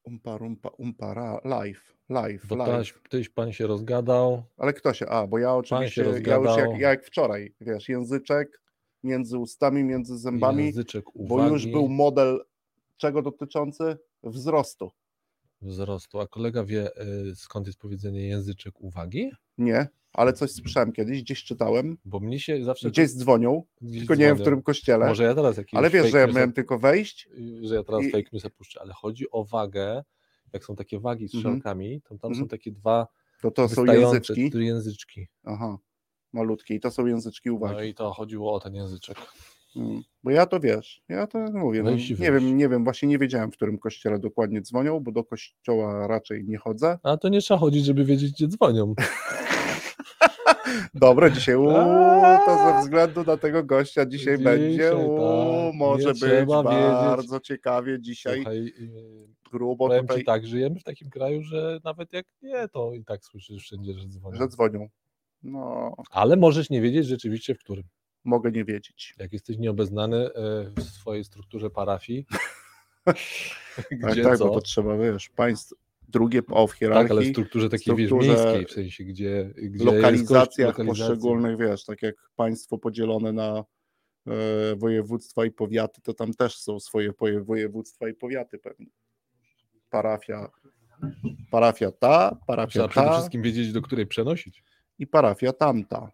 Live. Bo tyś pan się rozgadał. Ale kto się? Bo ja oczywiście, jak wczoraj, wiesz, języczek między ustami, między zębami, Języczek bo już był model czego dotyczący? Wzrostu. A kolega wie, skąd jest powiedzenie języczek uwagi? Nie, ale coś słyszałem kiedyś, gdzieś czytałem. Bo mnie się zawsze... Gdzieś dzwonią, tylko nie wiem w którym kościele. Może ja teraz jakiś ale wiesz, że ja miałem tylko wejść. Że ja teraz fake news'a puszczę, ale chodzi o wagę. Jak są takie wagi z szelkami, to tam są takie dwa to są języczki. Aha, malutkie i to są języczki uwagi. No i to chodziło o ten języczek. Bo ja to wiesz, ja to mówię, nie wiem, właśnie nie wiedziałem, w którym kościele dokładnie dzwonią, bo do kościoła raczej nie chodzę. A to nie trzeba chodzić, żeby wiedzieć, gdzie dzwonią. Dobra, dzisiaj to ze względu na tego gościa dzisiaj będzie, może być bardzo ciekawie dzisiaj. Słuchaj, grubo powiem tutaj. Ci tak, żyjemy w takim kraju, że nawet jak nie, to i tak słyszysz wszędzie, że dzwonią. No. Ale możesz nie wiedzieć rzeczywiście, w którym. Mogę nie wiedzieć. Jak jesteś nieobeznany w swojej strukturze parafii. Tak, bo to trzeba, wiesz, państw drugie w hierarchii. Tak, ale w strukturze takiej miejskiej, w sensie, gdzie lokalizacjach poszczególnych, wiesz, tak jak państwo podzielone na województwa i powiaty, to tam też są swoje województwa i powiaty pewnie. Parafia ta, trzeba przede wszystkim wiedzieć, do której przenosić. I parafia tamta.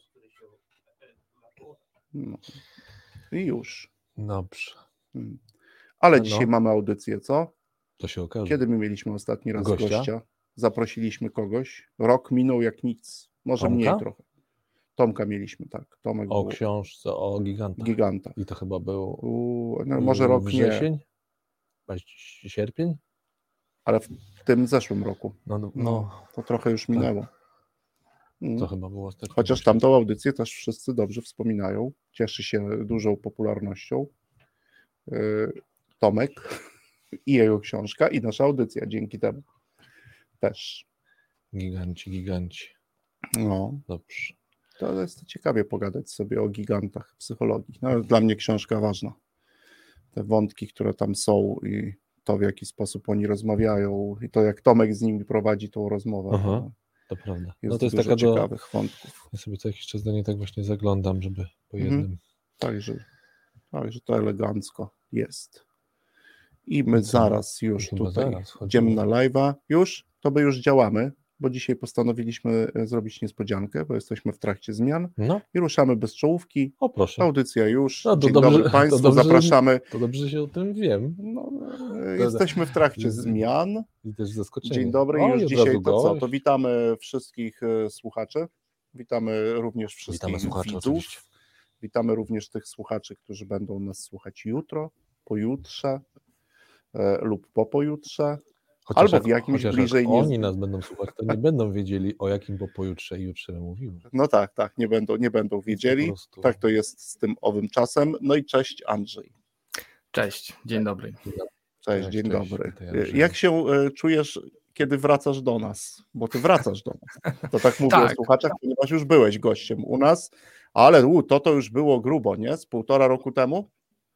No. I już. Dobrze. Ale dzisiaj mamy audycję, co? To się okaże. Kiedy my mieliśmy ostatni raz gościa? Zaprosiliśmy kogoś. Rok minął jak nic. Może Tomka? mniej trochę. Tomka mieliśmy, tak. Tomek o książce o gigantach. I to chyba był może rok wrzesień? Sierpień? Ale w tym zeszłym roku. No. To trochę już minęło. Tak. To chyba było ostatnio. Chociaż tamtą audycję też wszyscy dobrze wspominają. Cieszy się dużą popularnością. Tomek i jego książka i nasza audycja dzięki temu też. Giganci. No. Dobrze. To jest ciekawie pogadać sobie o gigantach psychologii. No, dla mnie książka ważna. Te wątki, które tam są i to, w jaki sposób oni rozmawiają i to, jak Tomek z nimi prowadzi tą rozmowę. Aha, to prawda. Jest to jest dużo ciekawych wątków. Ja sobie co jakiś czas do niej tak właśnie zaglądam, żeby po jednym... Także to elegancko jest. I my zaraz już tutaj idziemy na live'a. To my już działamy, bo dzisiaj postanowiliśmy zrobić niespodziankę, bo jesteśmy w trakcie zmian i ruszamy bez czołówki. O proszę. Audycja już. Dzień dobry Państwu, zapraszamy. To dobrze się o tym wiem. Jesteśmy w trakcie zmian. I też zaskoczenie. Dzień dobry, już dzisiaj to witamy wszystkich słuchaczy. Witamy również wszystkich widzów. Oczywiście. Witamy również tych słuchaczy, którzy będą nas słuchać jutro, pojutrze lub po pojutrze. Albo w jakimś bliżej. Jak oni nas będą słuchać, to nie będą wiedzieli, o jakim po pojutrze i jutrze mówimy. No tak, nie będą wiedzieli. Tak to jest z tym owym czasem. No i cześć Andrzej. Cześć, dzień dobry. Cześć, dzień dobry. Jak się czujesz, kiedy wracasz do nas? Bo ty wracasz do nas. To tak mówię o słuchaczach, ponieważ już byłeś gościem u nas, ale to już było grubo, nie? Z 1,5 roku temu?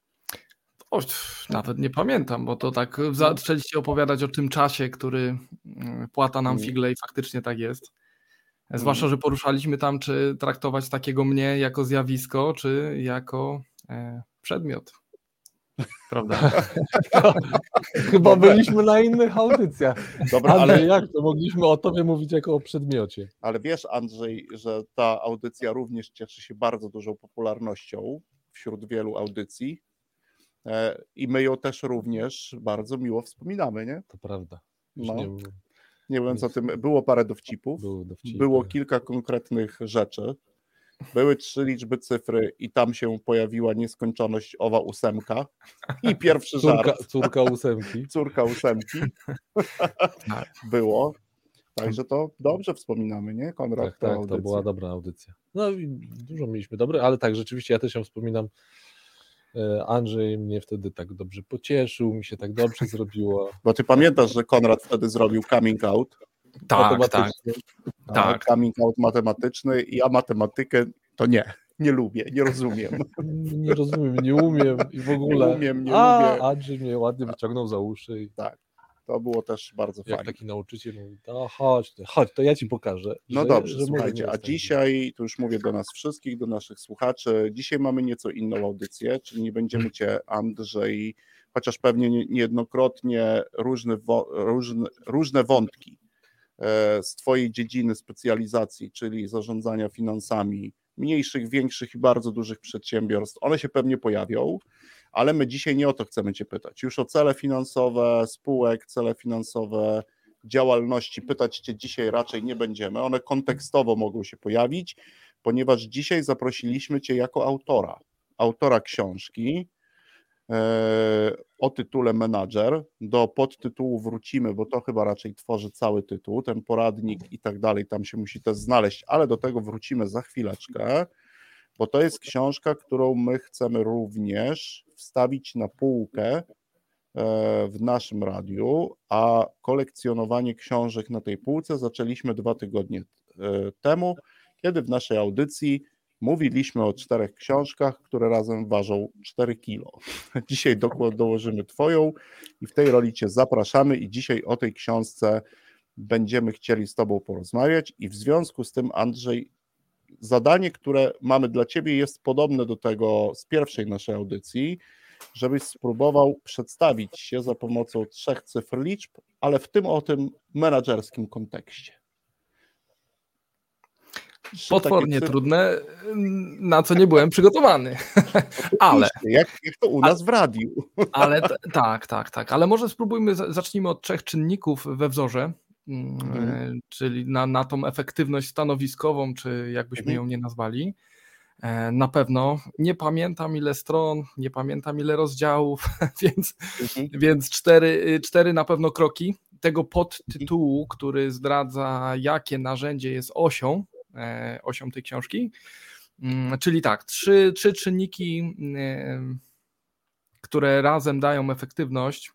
Nawet nie pamiętam, bo to tak zaczęliście opowiadać o tym czasie, który płata nam figle i faktycznie tak jest. Zwłaszcza, że poruszaliśmy tam, czy traktować takiego mnie jako zjawisko, czy jako przedmiot. Prawda? Chyba byliśmy na innych audycjach. Dobra, ale jak to mogliśmy o tobie mówić jako o przedmiocie? Ale wiesz, Andrzej, że ta audycja również cieszy się bardzo dużą popularnością wśród wielu audycji. I my ją też również bardzo miło wspominamy, nie? To prawda. Nie mówiąc o tym, było parę dowcipów, było kilka konkretnych rzeczy, były 3 liczby cyfry i tam się pojawiła nieskończoność owa 8 i pierwszy żart. Córka 8. Córka 8. Było. Także to dobrze wspominamy, nie, Konrad? Tak, to była dobra audycja. No i dużo mieliśmy dobre, ale tak, rzeczywiście ja też ją wspominam. Andrzej mnie wtedy tak dobrze pocieszył, mi się tak dobrze zrobiło. Bo ty pamiętasz, że Konrad wtedy zrobił coming out? Tak. Coming out matematyczny i ja matematykę to nie lubię, nie rozumiem. Nie rozumiem, nie umiem i w ogóle. Nie umiem. Andrzej mnie ładnie wyciągnął za uszy. Tak. To było też bardzo Jak fajne. taki nauczyciel mówi, no chodź, to ja ci pokażę. No dobrze, słuchajcie, a dzisiaj, to już mówię do nas wszystkich, do naszych słuchaczy, dzisiaj mamy nieco inną audycję, czyli nie będziemy Cię, Andrzej, chociaż pewnie niejednokrotnie różne wątki z Twojej dziedziny specjalizacji, czyli zarządzania finansami mniejszych, większych i bardzo dużych przedsiębiorstw, one się pewnie pojawią, ale my dzisiaj nie o to chcemy Cię pytać. Już o cele finansowe spółek, cele finansowe działalności pytać Cię dzisiaj raczej nie będziemy. One kontekstowo mogą się pojawić, ponieważ dzisiaj zaprosiliśmy Cię jako autora książki o tytule Menadżer. Do podtytułu wrócimy, bo to chyba raczej tworzy cały tytuł, ten poradnik i tak dalej, tam się musi też znaleźć, ale do tego wrócimy za chwileczkę, bo to jest książka, którą my chcemy również wstawić na półkę w naszym radiu, a kolekcjonowanie książek na tej półce zaczęliśmy 2 tygodnie temu, kiedy w naszej audycji mówiliśmy o 4 książkach, które razem ważą 4 kilo. Dzisiaj dołożymy Twoją i w tej roli Cię zapraszamy i dzisiaj o tej książce będziemy chcieli z Tobą porozmawiać i w związku z tym, Andrzej, zadanie, które mamy dla Ciebie jest podobne do tego z pierwszej naszej audycji, żebyś spróbował przedstawić się za pomocą 3 cyfr liczb, ale w tym o tym menadżerskim kontekście. Potwornie trudne, na co nie byłem przygotowany. Ale jak to u nas w radiu. Ale tak. Ale może spróbujmy, zacznijmy od 3 czynników we wzorze, czyli na tą efektywność stanowiskową, czy jakbyśmy ją nie nazwali. Na pewno nie pamiętam ile stron, nie pamiętam ile rozdziałów, więc 4 na pewno kroki tego podtytułu, który zdradza, jakie narzędzie jest osią tej książki. Czyli tak, 3 czynniki, które razem dają efektywność,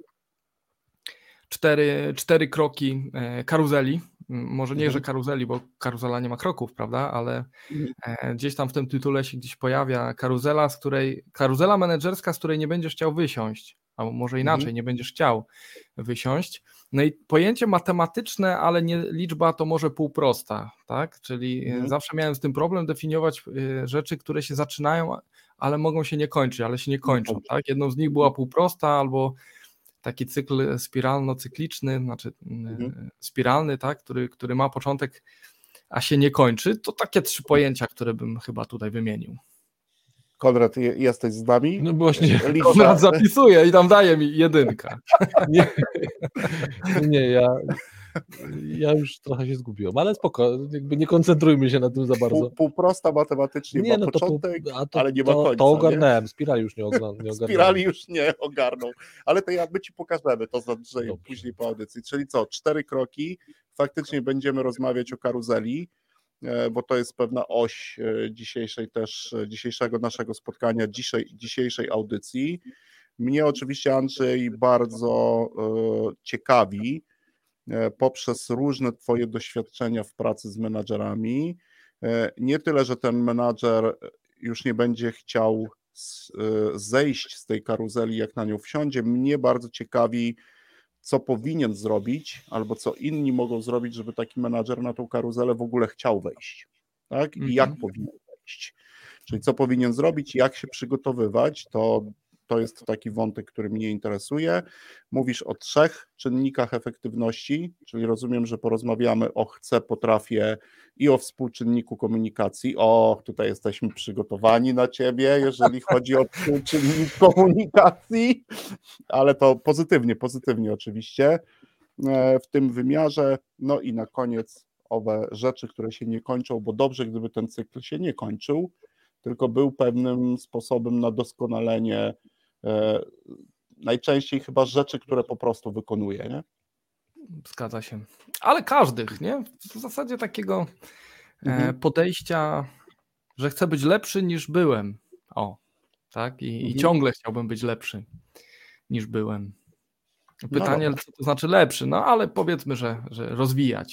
4 kroki karuzeli. Może nie, że karuzeli, bo karuzela nie ma kroków, prawda, ale gdzieś tam w tym tytule się gdzieś pojawia karuzela menedżerska, z której nie będziesz chciał wysiąść, albo może inaczej, nie będziesz chciał wysiąść. No i pojęcie matematyczne, ale nie liczba to może półprosta, tak, czyli zawsze miałem z tym problem definiować rzeczy, które się zaczynają, ale mogą się nie kończyć, ale się nie kończą, tak, jedną z nich była półprosta albo taki cykl spiralno-cykliczny, znaczy spiralny, tak, który ma początek, a się nie kończy, to takie 3 pojęcia, które bym chyba tutaj wymienił. Konrad, jesteś z nami? No właśnie. Konrad zapisuje i tam daje mi 1. Nie, ja już trochę się zgubiłem, ale spoko, jakby nie koncentrujmy się na tym za bardzo. Półprosta matematycznie ma początek, ale nie ma końca. To ogarnąłem, spirali już nie ogarnąłem. Spirali już nie ogarnął, ale to my Ci pokażemy to z Andrzejem później po audycji, czyli co, 4 kroki, faktycznie będziemy rozmawiać o karuzeli, bo to jest pewna oś dzisiejszego naszego spotkania, dzisiejszej audycji. Mnie oczywiście, Andrzej, bardzo ciekawi poprzez różne Twoje doświadczenia w pracy z menadżerami. Nie tyle, że ten menadżer już nie będzie chciał zejść z tej karuzeli, jak na nią wsiądzie. Mnie bardzo ciekawi, co powinien zrobić, albo co inni mogą zrobić, żeby taki menadżer na tą karuzelę w ogóle chciał wejść. Tak? I jak powinien wejść. Czyli co powinien zrobić, jak się przygotowywać, to jest taki wątek, który mnie interesuje. Mówisz o 3 czynnikach efektywności, czyli rozumiem, że porozmawiamy o chcę, potrafię i o współczynniku komunikacji. Tutaj jesteśmy przygotowani na Ciebie, jeżeli chodzi o współczynnik komunikacji, ale to pozytywnie oczywiście w tym wymiarze. No i na koniec owe rzeczy, które się nie kończą, bo dobrze, gdyby ten cykl się nie kończył, tylko był pewnym sposobem na doskonalenie najczęściej chyba rzeczy, które po prostu wykonuje, nie? Zgadza się. Ale każdych, nie? W zasadzie takiego podejścia, że chcę być lepszy niż byłem. Tak? I ciągle chciałbym być lepszy niż byłem. Pytanie, co to znaczy lepszy? No ale powiedzmy, że rozwijać się.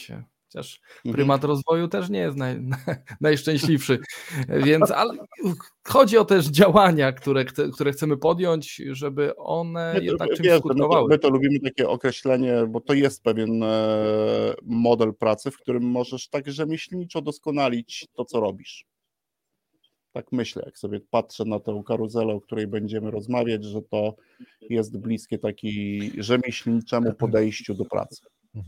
Chociaż prymat rozwoju też nie jest najszczęśliwszy. Więc ale chodzi o też działania, które chcemy podjąć, żeby one jednak czymś skutkowały. My to lubimy takie określenie, bo to jest pewien model pracy, w którym możesz tak rzemieślniczo doskonalić to, co robisz. Tak myślę, jak sobie patrzę na tę karuzelę, o której będziemy rozmawiać, że to jest bliskie takiej rzemieślniczemu podejściu do pracy.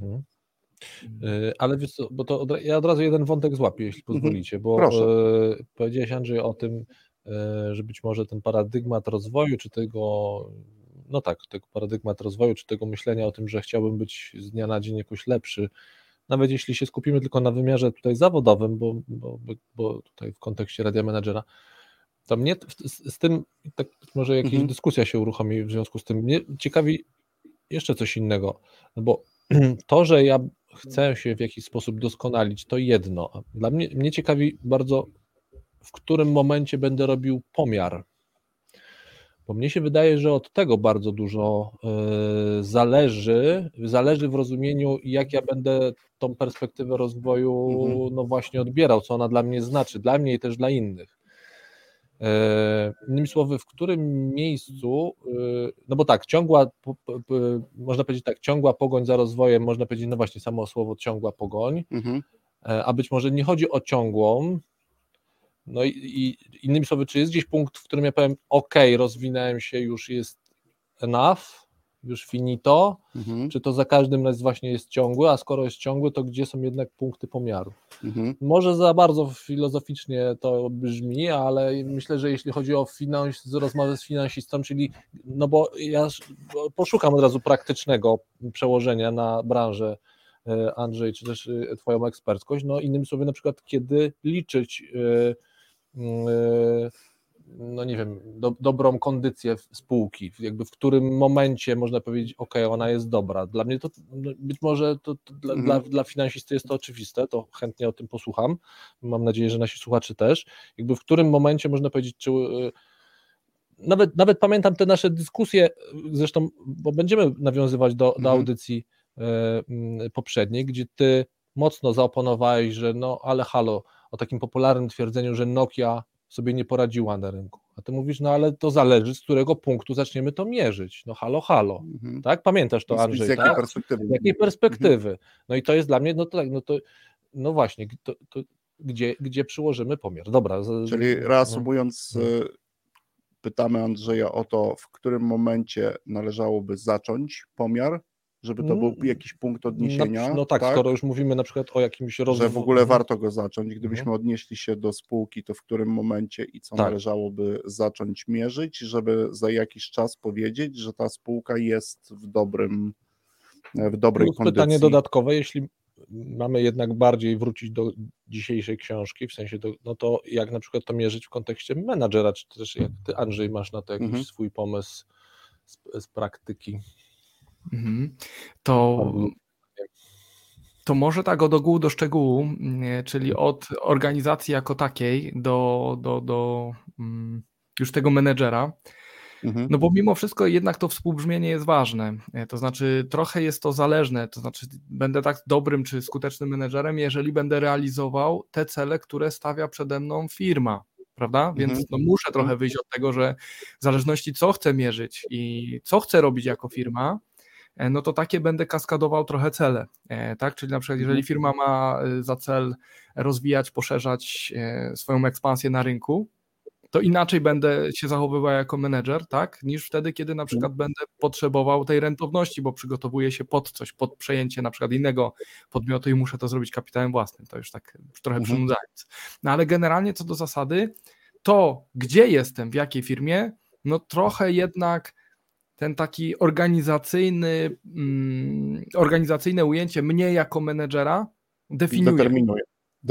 Ale wiesz co, bo to ja od razu jeden wątek złapię, jeśli pozwolicie, bo powiedziałeś, Andrzej, o tym, że być może ten paradygmat rozwoju, czy tego paradygmat rozwoju, czy tego myślenia o tym, że chciałbym być z dnia na dzień jakoś lepszy, nawet jeśli się skupimy tylko na wymiarze tutaj zawodowym, bo tutaj w kontekście Radia Menadżera, to mnie z tym, tak może jakaś dyskusja się uruchomi w związku z tym, mnie ciekawi jeszcze coś innego, no bo to, że ja chcę się w jakiś sposób doskonalić, to jedno. Dla mnie ciekawi bardzo, w którym momencie będę robił pomiar. Bo mnie się wydaje, że od tego bardzo dużo zależy w rozumieniu, jak ja będę tą perspektywę rozwoju no właśnie odbierał, co ona dla mnie znaczy, dla mnie i też dla innych. Innymi słowy, w którym miejscu, no bo tak, można powiedzieć tak, ciągła pogoń za rozwojem, można powiedzieć, no właśnie samo słowo ciągła pogoń, a być może nie chodzi o ciągłą, no i innymi słowy, czy jest gdzieś punkt, w którym ja powiem, rozwinąłem się, już jest enough, już finito, czy to za każdym razem właśnie jest ciągły, a skoro jest ciągły, to gdzie są jednak punkty pomiaru? Może za bardzo filozoficznie to brzmi, ale myślę, że jeśli chodzi o rozmowę z finansistą, czyli, no bo ja poszukam od razu praktycznego przełożenia na branżę, Andrzej, czy też twoją eksperckość, no innymi słowy, na przykład kiedy liczyć no nie wiem, dobrą kondycję spółki, jakby w którym momencie można powiedzieć, ona jest dobra. Dla mnie to być może dla finansisty jest to oczywiste, to chętnie o tym posłucham, mam nadzieję, że nasi słuchacze też, jakby w którym momencie można powiedzieć, czy nawet pamiętam te nasze dyskusje, zresztą, bo będziemy nawiązywać do audycji poprzedniej, gdzie ty mocno zaoponowałeś, że no ale halo, o takim popularnym twierdzeniu, że Nokia sobie nie poradziła na rynku. A ty mówisz, no ale to zależy, z którego punktu zaczniemy to mierzyć. No halo. Tak? Pamiętasz to, Andrzej? Z jakiej perspektywy? Z jakiej perspektywy? No i to jest dla mnie, no właśnie, gdzie przyłożymy pomiar. Dobra. Czyli reasumując, pytamy Andrzeja o to, w którym momencie należałoby zacząć pomiar, żeby to był jakiś punkt odniesienia. No tak, skoro już mówimy na przykład o jakimś że w ogóle warto go zacząć. Gdybyśmy odnieśli się do spółki, to w którym momencie i co należałoby zacząć mierzyć, żeby za jakiś czas powiedzieć, że ta spółka jest w dobrej kondycji. Pytanie dodatkowe, jeśli mamy jednak bardziej wrócić do dzisiejszej książki, w sensie no to jak na przykład to mierzyć w kontekście menadżera, czy też jak ty, Andrzej, masz na to jakiś swój pomysł z praktyki? To może tak od ogółu do szczegółu, czyli od organizacji jako takiej do już tego menedżera, no bo mimo wszystko jednak to współbrzmienie jest ważne, to znaczy trochę jest to zależne, to znaczy będę tak dobrym czy skutecznym menedżerem, jeżeli będę realizował te cele, które stawia przede mną firma, prawda? Więc no muszę trochę wyjść od tego, że w zależności co chcę mierzyć i co chcę robić jako firma, no to takie będę kaskadował trochę cele, tak? Czyli na przykład jeżeli firma ma za cel rozwijać, poszerzać swoją ekspansję na rynku, to inaczej będę się zachowywał jako menedżer, tak? Niż wtedy, kiedy na przykład będę potrzebował tej rentowności, bo przygotowuję się pod coś, pod przejęcie na przykład innego podmiotu i muszę to zrobić kapitałem własnym, to już tak trochę przynudzając. No ale generalnie co do zasady, to gdzie jestem, w jakiej firmie, no trochę jednak ten taki organizacyjne ujęcie mnie jako menedżera determinuje.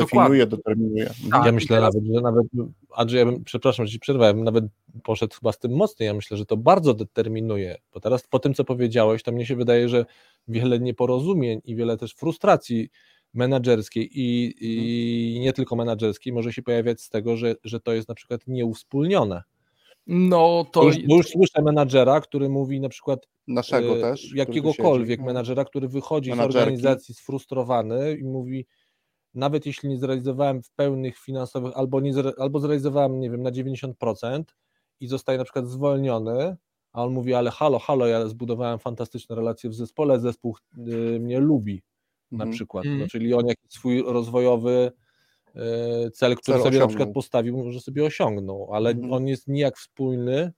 Ja myślę nawet, Andrzej, przepraszam, że ci przerwałem, nawet poszedł chyba z tym mocniej, ja myślę, że to bardzo determinuje, bo teraz po tym, co powiedziałeś, to mnie się wydaje, że wiele nieporozumień i wiele też frustracji menedżerskiej i nie tylko menedżerskiej może się pojawiać z tego, że to jest na przykład nieuwspólnione. No to... Już słyszę menadżera, który mówi na przykład naszego też, jakiegokolwiek menadżera, który wychodzi z organizacji sfrustrowany i mówi, nawet jeśli nie zrealizowałem w pełnych finansowych, albo zrealizowałem, nie wiem, na 90% i zostaje na przykład zwolniony, a on mówi, ale halo, ja zbudowałem fantastyczne relacje w zespole, zespół mnie lubi na przykład, no, czyli on jakiś swój rozwojowy cel, który sobie osiągnął. Na przykład postawił, może sobie osiągnął, ale on jest nijak spójny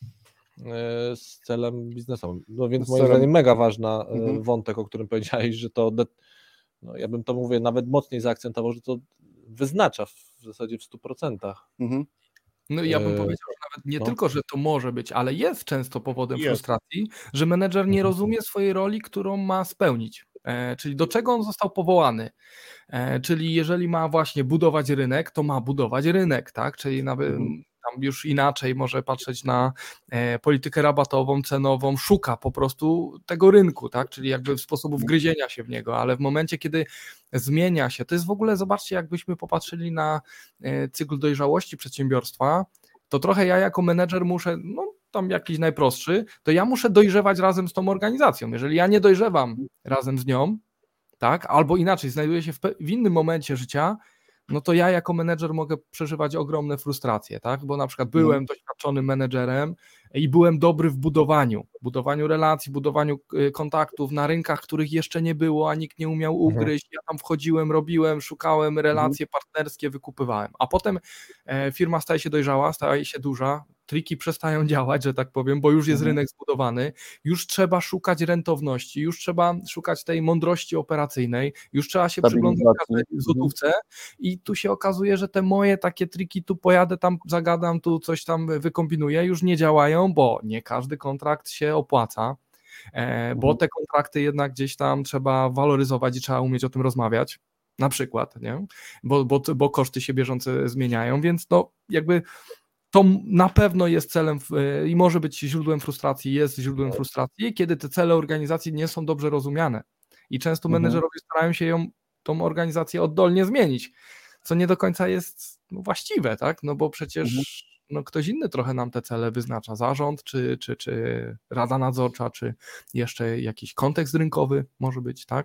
z celem biznesowym. No więc moim zdaniem mega ważna wątek, o którym powiedziałeś, że to, no ja bym to mówię, nawet mocniej zaakcentował, że to wyznacza w zasadzie w 100%. No ja bym powiedział, że nawet nie tylko, że to może być, ale jest często powodem frustracji, że menedżer nie rozumie swojej roli, którą ma spełnić. Czyli do czego on został powołany. Czyli jeżeli ma właśnie budować rynek, to ma budować rynek, tak? Czyli nawet tam już inaczej może patrzeć na politykę rabatową, cenową, szuka po prostu tego rynku, tak? Czyli jakby sposobów wgryzienia się w niego, ale w momencie, kiedy zmienia się, to jest w ogóle, zobaczcie, jakbyśmy popatrzyli na cykl dojrzałości przedsiębiorstwa, to trochę ja jako menedżer muszę, no tam jakiś najprostszy, to ja muszę dojrzewać razem z tą organizacją. Jeżeli ja nie dojrzewam razem z nią, tak, albo inaczej, znajduję się w innym momencie życia, no to ja jako menedżer mogę przeżywać ogromne frustracje, tak, bo na przykład byłem doświadczonym menedżerem i byłem dobry w budowaniu relacji, budowaniu kontaktów na rynkach, których jeszcze nie było, a nikt nie umiał ugryźć, ja tam wchodziłem, robiłem, szukałem, relacje partnerskie wykupywałem, a potem firma staje się dojrzała, staje się duża, triki przestają działać, że tak powiem, bo już jest rynek zbudowany, już trzeba szukać rentowności, już trzeba szukać tej mądrości operacyjnej, już trzeba się przyglądać każdej złotówce i tu się okazuje, że te moje takie triki, tu pojadę, tam zagadam, tu coś tam wykombinuję, już nie działają, bo nie każdy kontrakt się opłaca, bo te kontrakty jednak gdzieś tam trzeba waloryzować i trzeba umieć o tym rozmawiać, na przykład, nie? Bo koszty się bieżące zmieniają, więc no jakby to na pewno jest celem i może być źródłem frustracji, jest źródłem frustracji, kiedy te cele organizacji nie są dobrze rozumiane i często menedżerowie starają się tą organizację oddolnie zmienić, co nie do końca jest właściwe, tak? No bo przecież ktoś inny trochę nam te cele wyznacza, zarząd, czy rada nadzorcza, czy jeszcze jakiś kontekst rynkowy może być, tak?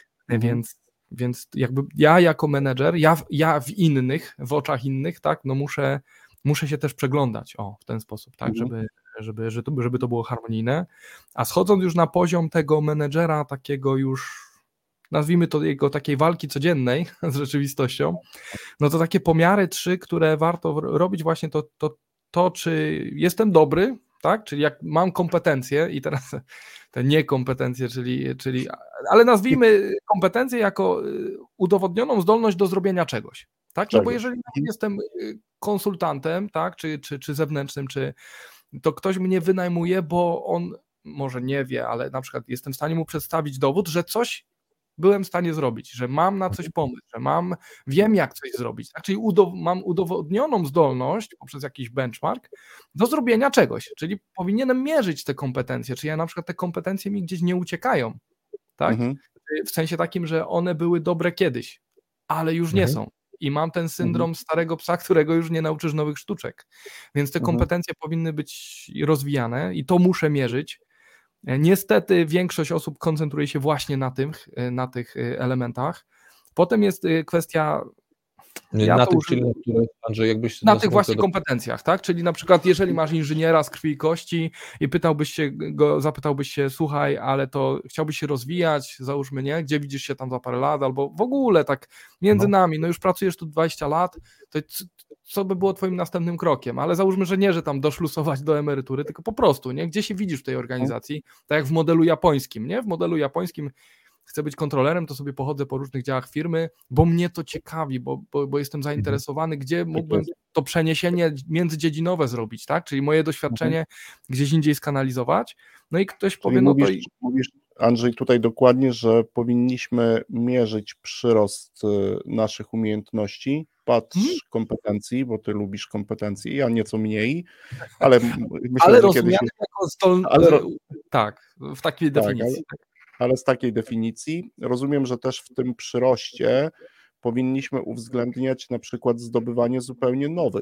Więc jakby ja jako menedżer, ja w oczach innych, tak, no muszę się też przeglądać w ten sposób, tak, żeby to było harmonijne, a schodząc już na poziom tego menedżera takiego już, nazwijmy to jego takiej walki codziennej z rzeczywistością, no to takie pomiary 3, które warto robić właśnie to czy jestem dobry, tak, czyli jak mam kompetencje i teraz te niekompetencje, czyli ale nazwijmy kompetencje jako udowodnioną zdolność do zrobienia czegoś. Tak? No bo jeżeli jestem konsultantem, tak, czy zewnętrznym, to ktoś mnie wynajmuje, bo on może nie wie, ale na przykład jestem w stanie mu przedstawić dowód, że coś byłem w stanie zrobić, że mam na coś pomysł, że wiem jak coś zrobić, tak? Czyli mam udowodnioną zdolność poprzez jakiś benchmark do zrobienia czegoś, czyli powinienem mierzyć te kompetencje, czy ja na przykład te kompetencje mi gdzieś nie uciekają, tak? W sensie takim, że one były dobre kiedyś, ale już nie są. I mam ten syndrom starego psa, którego już nie nauczysz nowych sztuczek. Więc te kompetencje powinny być rozwijane i to muszę mierzyć. Niestety większość osób koncentruje się właśnie na tych elementach. Potem jest kwestia... Na tych właśnie kompetencjach, tak? Czyli na przykład jeżeli masz inżyniera z krwi i kości i zapytałbyś się, słuchaj, ale to chciałbyś się rozwijać, załóżmy, nie? Gdzie widzisz się tam za parę lat, albo w ogóle tak między nami, no już pracujesz tu 20 lat, to co by było twoim następnym krokiem? Ale załóżmy, że nie, że tam doszlusować do emerytury, tylko po prostu, nie? Gdzie się widzisz w tej organizacji? Tak jak w modelu japońskim, nie? W modelu japońskim chcę być kontrolerem, to sobie pochodzę po różnych działach firmy, bo mnie to ciekawi, bo jestem zainteresowany, gdzie mógłbym to przeniesienie międzydziedzinowe zrobić, tak? Czyli moje doświadczenie gdzieś indziej skanalizować. No i ktoś powie, mówisz, Andrzej, tutaj dokładnie, że powinniśmy mierzyć przyrost naszych umiejętności, patrz kompetencji, bo ty lubisz kompetencje, ja nieco mniej, ale myślę, że kiedyś... Tak, w takiej definicji. Ale z takiej definicji rozumiem, że też w tym przyroście powinniśmy uwzględniać na przykład zdobywanie zupełnie nowych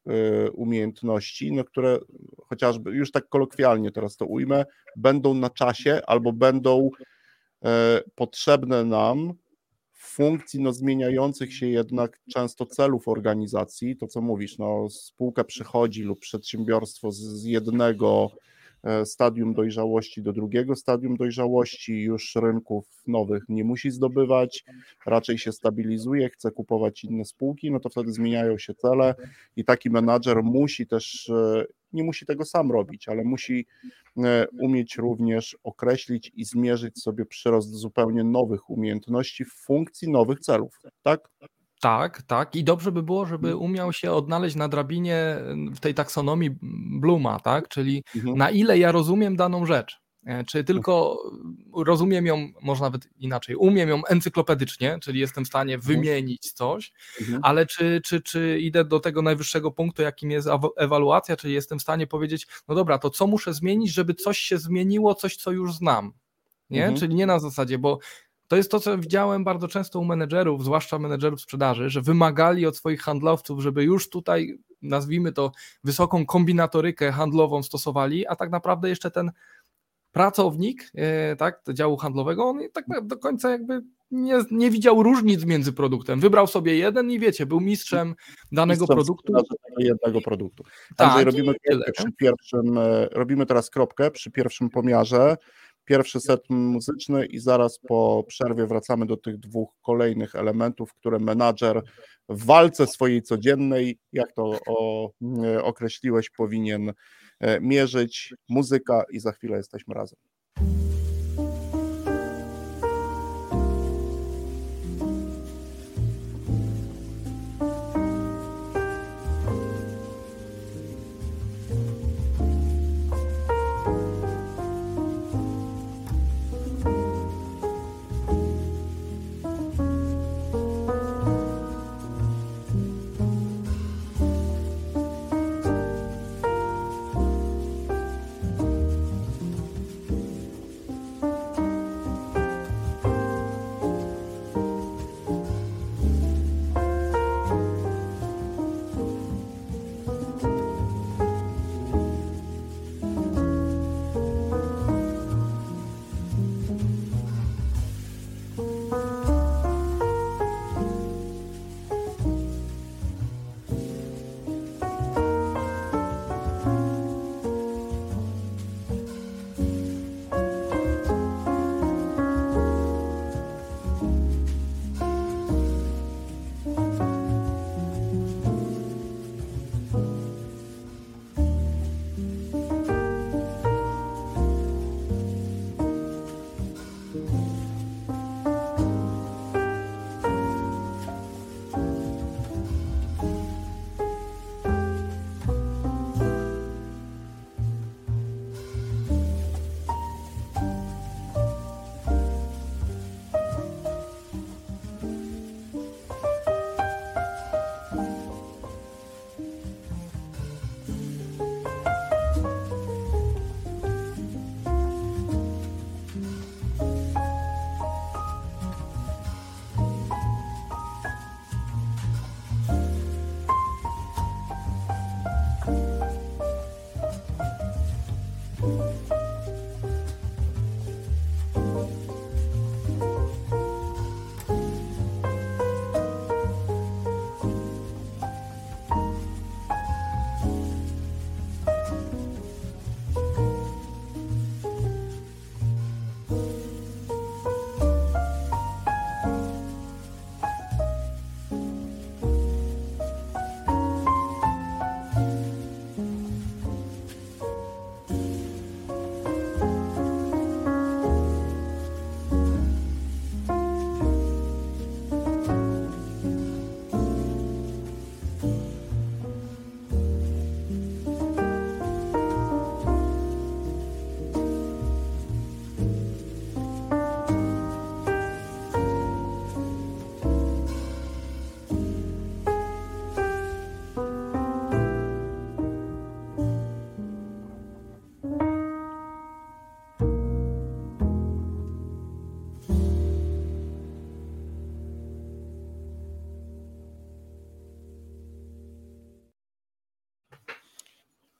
umiejętności, no, które chociażby, już tak kolokwialnie teraz to ujmę, będą na czasie albo będą potrzebne nam w funkcji no, zmieniających się jednak często celów organizacji, to co mówisz, no, spółka przychodzi lub przedsiębiorstwo z jednego stadium dojrzałości do drugiego stadium dojrzałości, już rynków nowych nie musi zdobywać, raczej się stabilizuje, chce kupować inne spółki, no to wtedy zmieniają się cele i taki menadżer musi też, nie musi tego sam robić, ale musi umieć również określić i zmierzyć sobie przyrost zupełnie nowych umiejętności w funkcji nowych celów, tak? Tak. I dobrze by było, żeby umiał się odnaleźć na drabinie w tej taksonomii Blooma, tak? Czyli na ile ja rozumiem daną rzecz. Czy tylko rozumiem ją, może nawet inaczej, umiem ją encyklopedycznie, czyli jestem w stanie wymienić coś, ale czy idę do tego najwyższego punktu, jakim jest ewaluacja, czyli jestem w stanie powiedzieć, no dobra, to co muszę zmienić, żeby coś się zmieniło, coś co już znam, nie? Czyli nie na zasadzie, bo to jest to, co widziałem bardzo często u menedżerów, zwłaszcza menedżerów sprzedaży, że wymagali od swoich handlowców, żeby już tutaj, nazwijmy to, wysoką kombinatorykę handlową stosowali, a tak naprawdę jeszcze ten pracownik, tak, działu handlowego, on tak do końca jakby nie widział różnic między produktem. Wybrał sobie jeden i wiecie, był mistrzem danego produktu. Jednego produktu. Tak, Andrzej, robimy teraz kropkę przy pierwszym pomiarze. Pierwszy set muzyczny i zaraz po przerwie wracamy do tych dwóch kolejnych elementów, które menadżer w walce swojej codziennej, jak to określiłeś, powinien mierzyć. Muzyka i za chwilę jesteśmy razem.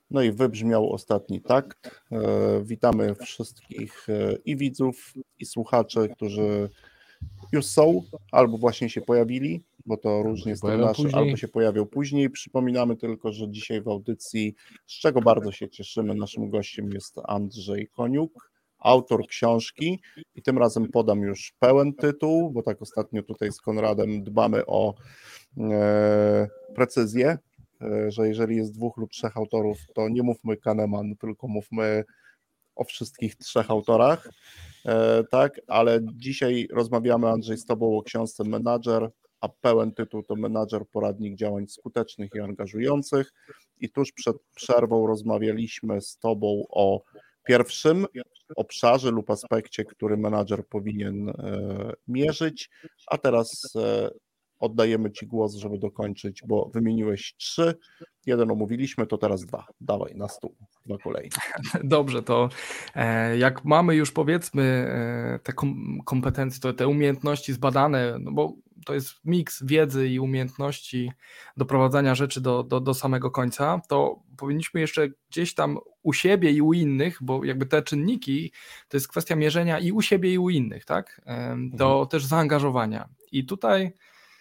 No i wybrzmiał ostatni takt. Witamy wszystkich i widzów, i słuchaczy, którzy już są, albo właśnie się pojawili, bo to różnie z tym nasze, albo się pojawią później. Przypominamy tylko, że dzisiaj w audycji, z czego bardzo się cieszymy, naszym gościem jest Andrzej Koniuk, autor książki i tym razem podam już pełen tytuł, bo tak ostatnio tutaj z Konradem dbamy o precyzję, że jeżeli jest 2 lub 3 autorów, to nie mówmy Kahneman, tylko mówmy o wszystkich 3 autorach, tak, ale dzisiaj rozmawiamy, Andrzej, z Tobą o książce Menadżer, a pełen tytuł to Menadżer, poradnik działań skutecznych i angażujących i tuż przed przerwą rozmawialiśmy z Tobą o pierwszym obszarze lub aspekcie, który menadżer powinien mierzyć, a teraz oddajemy Ci głos, żeby dokończyć, bo wymieniłeś 3, 1 omówiliśmy, to teraz 2. Dawaj, na stół, 2 kolejne. Dobrze, to jak mamy już powiedzmy te kompetencje, te umiejętności zbadane, no bo to jest miks wiedzy i umiejętności doprowadzania rzeczy do samego końca, to powinniśmy jeszcze gdzieś tam u siebie i u innych, bo jakby te czynniki to jest kwestia mierzenia i u siebie i u innych, tak? To też zaangażowania. I tutaj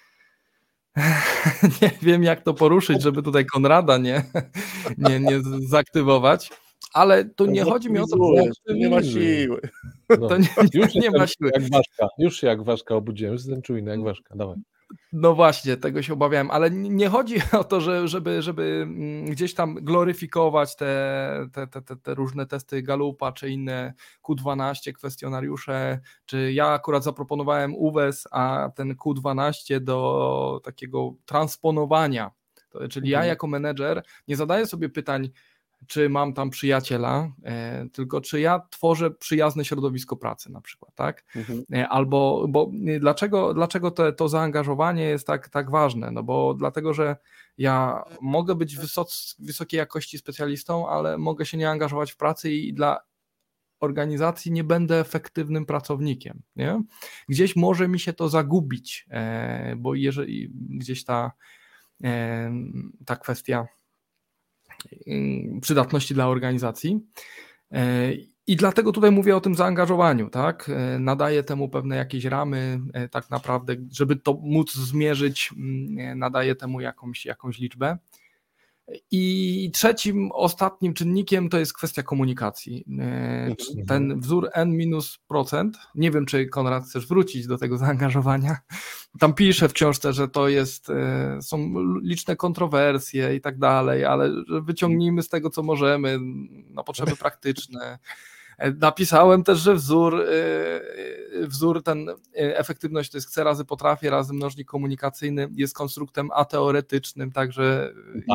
nie wiem, jak to poruszyć, żeby tutaj Konrada nie zaaktywować, ale tu nie chodzi mi o to, że nie ma siły. To nie ma siły. Już jak ważka obudziłem, jestem czujny jak ważka, dawaj. No właśnie, tego się obawiałem, ale nie chodzi o to, żeby gdzieś tam gloryfikować te różne testy Gallupa, czy inne Q12 kwestionariusze, czy ja akurat zaproponowałem UWES, a ten Q12 do takiego transponowania, czyli ja jako menedżer nie zadaję sobie pytań, czy mam tam przyjaciela, tylko czy ja tworzę przyjazne środowisko pracy na przykład, tak? Albo, bo dlaczego to zaangażowanie jest tak ważne? No bo dlatego, że ja mogę być wysokiej jakości specjalistą, ale mogę się nie angażować w pracy i dla organizacji nie będę efektywnym pracownikiem, nie? Gdzieś może mi się to zagubić, bo jeżeli gdzieś ta kwestia przydatności dla organizacji. I dlatego tutaj mówię o tym zaangażowaniu, tak? Nadaję temu pewne jakieś ramy, tak naprawdę, żeby to móc zmierzyć, nadaję temu jakąś liczbę. I trzecim, ostatnim czynnikiem to jest kwestia komunikacji. Ten wzór N-%, nie wiem, czy Konrad chcesz wrócić do tego zaangażowania, tam piszę w książce, że to są liczne kontrowersje i tak dalej, ale wyciągnijmy z tego, co możemy, na potrzeby praktyczne. Napisałem też, że wzór ten, efektywność to jest chcę razy potrafię, razy mnożnik komunikacyjny, jest konstruktem ateoretycznym, także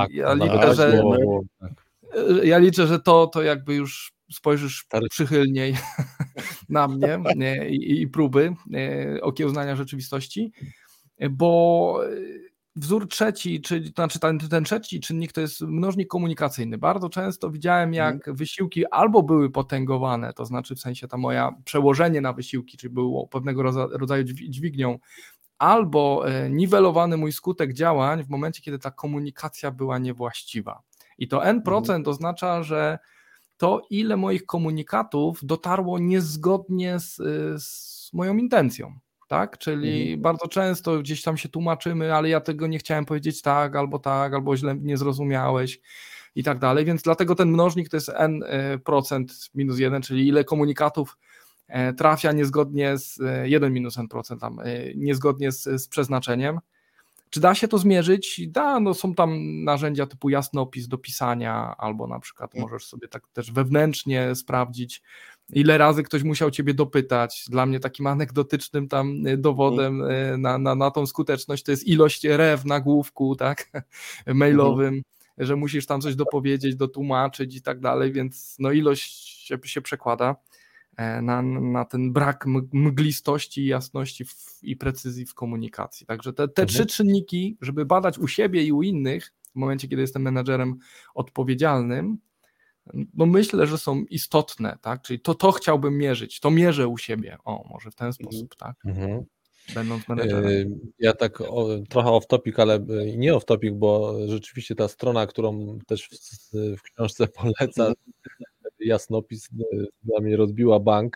ja liczę, że to jakby już spojrzysz przychylniej na mnie i próby okiełznania rzeczywistości, bo wzór trzeci, ten trzeci czynnik to jest mnożnik komunikacyjny. Bardzo często widziałem, jak wysiłki albo były potęgowane, to znaczy w sensie ta moja przełożenie na wysiłki, czyli było pewnego rodzaju dźwignią, albo niwelowany mój skutek działań w momencie, kiedy ta komunikacja była niewłaściwa. I to N% oznacza, że to ile moich komunikatów dotarło niezgodnie z moją intencją. Tak? Czyli bardzo często gdzieś tam się tłumaczymy, ale ja tego nie chciałem powiedzieć tak, albo źle nie zrozumiałeś i tak dalej, więc dlatego ten mnożnik to jest N% minus 1, czyli ile komunikatów trafia niezgodnie z 1 minus N% tam, niezgodnie z przeznaczeniem. Czy da się to zmierzyć? Da, no są tam narzędzia typu jasnopis do pisania, albo na przykład możesz sobie tak też wewnętrznie sprawdzić, ile razy ktoś musiał ciebie dopytać. Dla mnie takim anegdotycznym tam dowodem na tą skuteczność to jest ilość w nagłówku, tak, mailowym, że musisz tam coś dopowiedzieć, dotłumaczyć i tak dalej, więc no ilość się przekłada na ten brak mglistości, jasności i precyzji w komunikacji. Także te 3 czynniki, żeby badać u siebie i u innych w momencie, kiedy jestem menadżerem odpowiedzialnym, no myślę, że są istotne, tak? Czyli to chciałbym mierzyć, to mierzę u siebie. O, może w ten sposób, tak? będąc menedżerem? Ja tak trochę off topic, ale nie off topic, bo rzeczywiście ta strona, którą też w książce poleca, jasnopis, dla mnie rozbiła bank.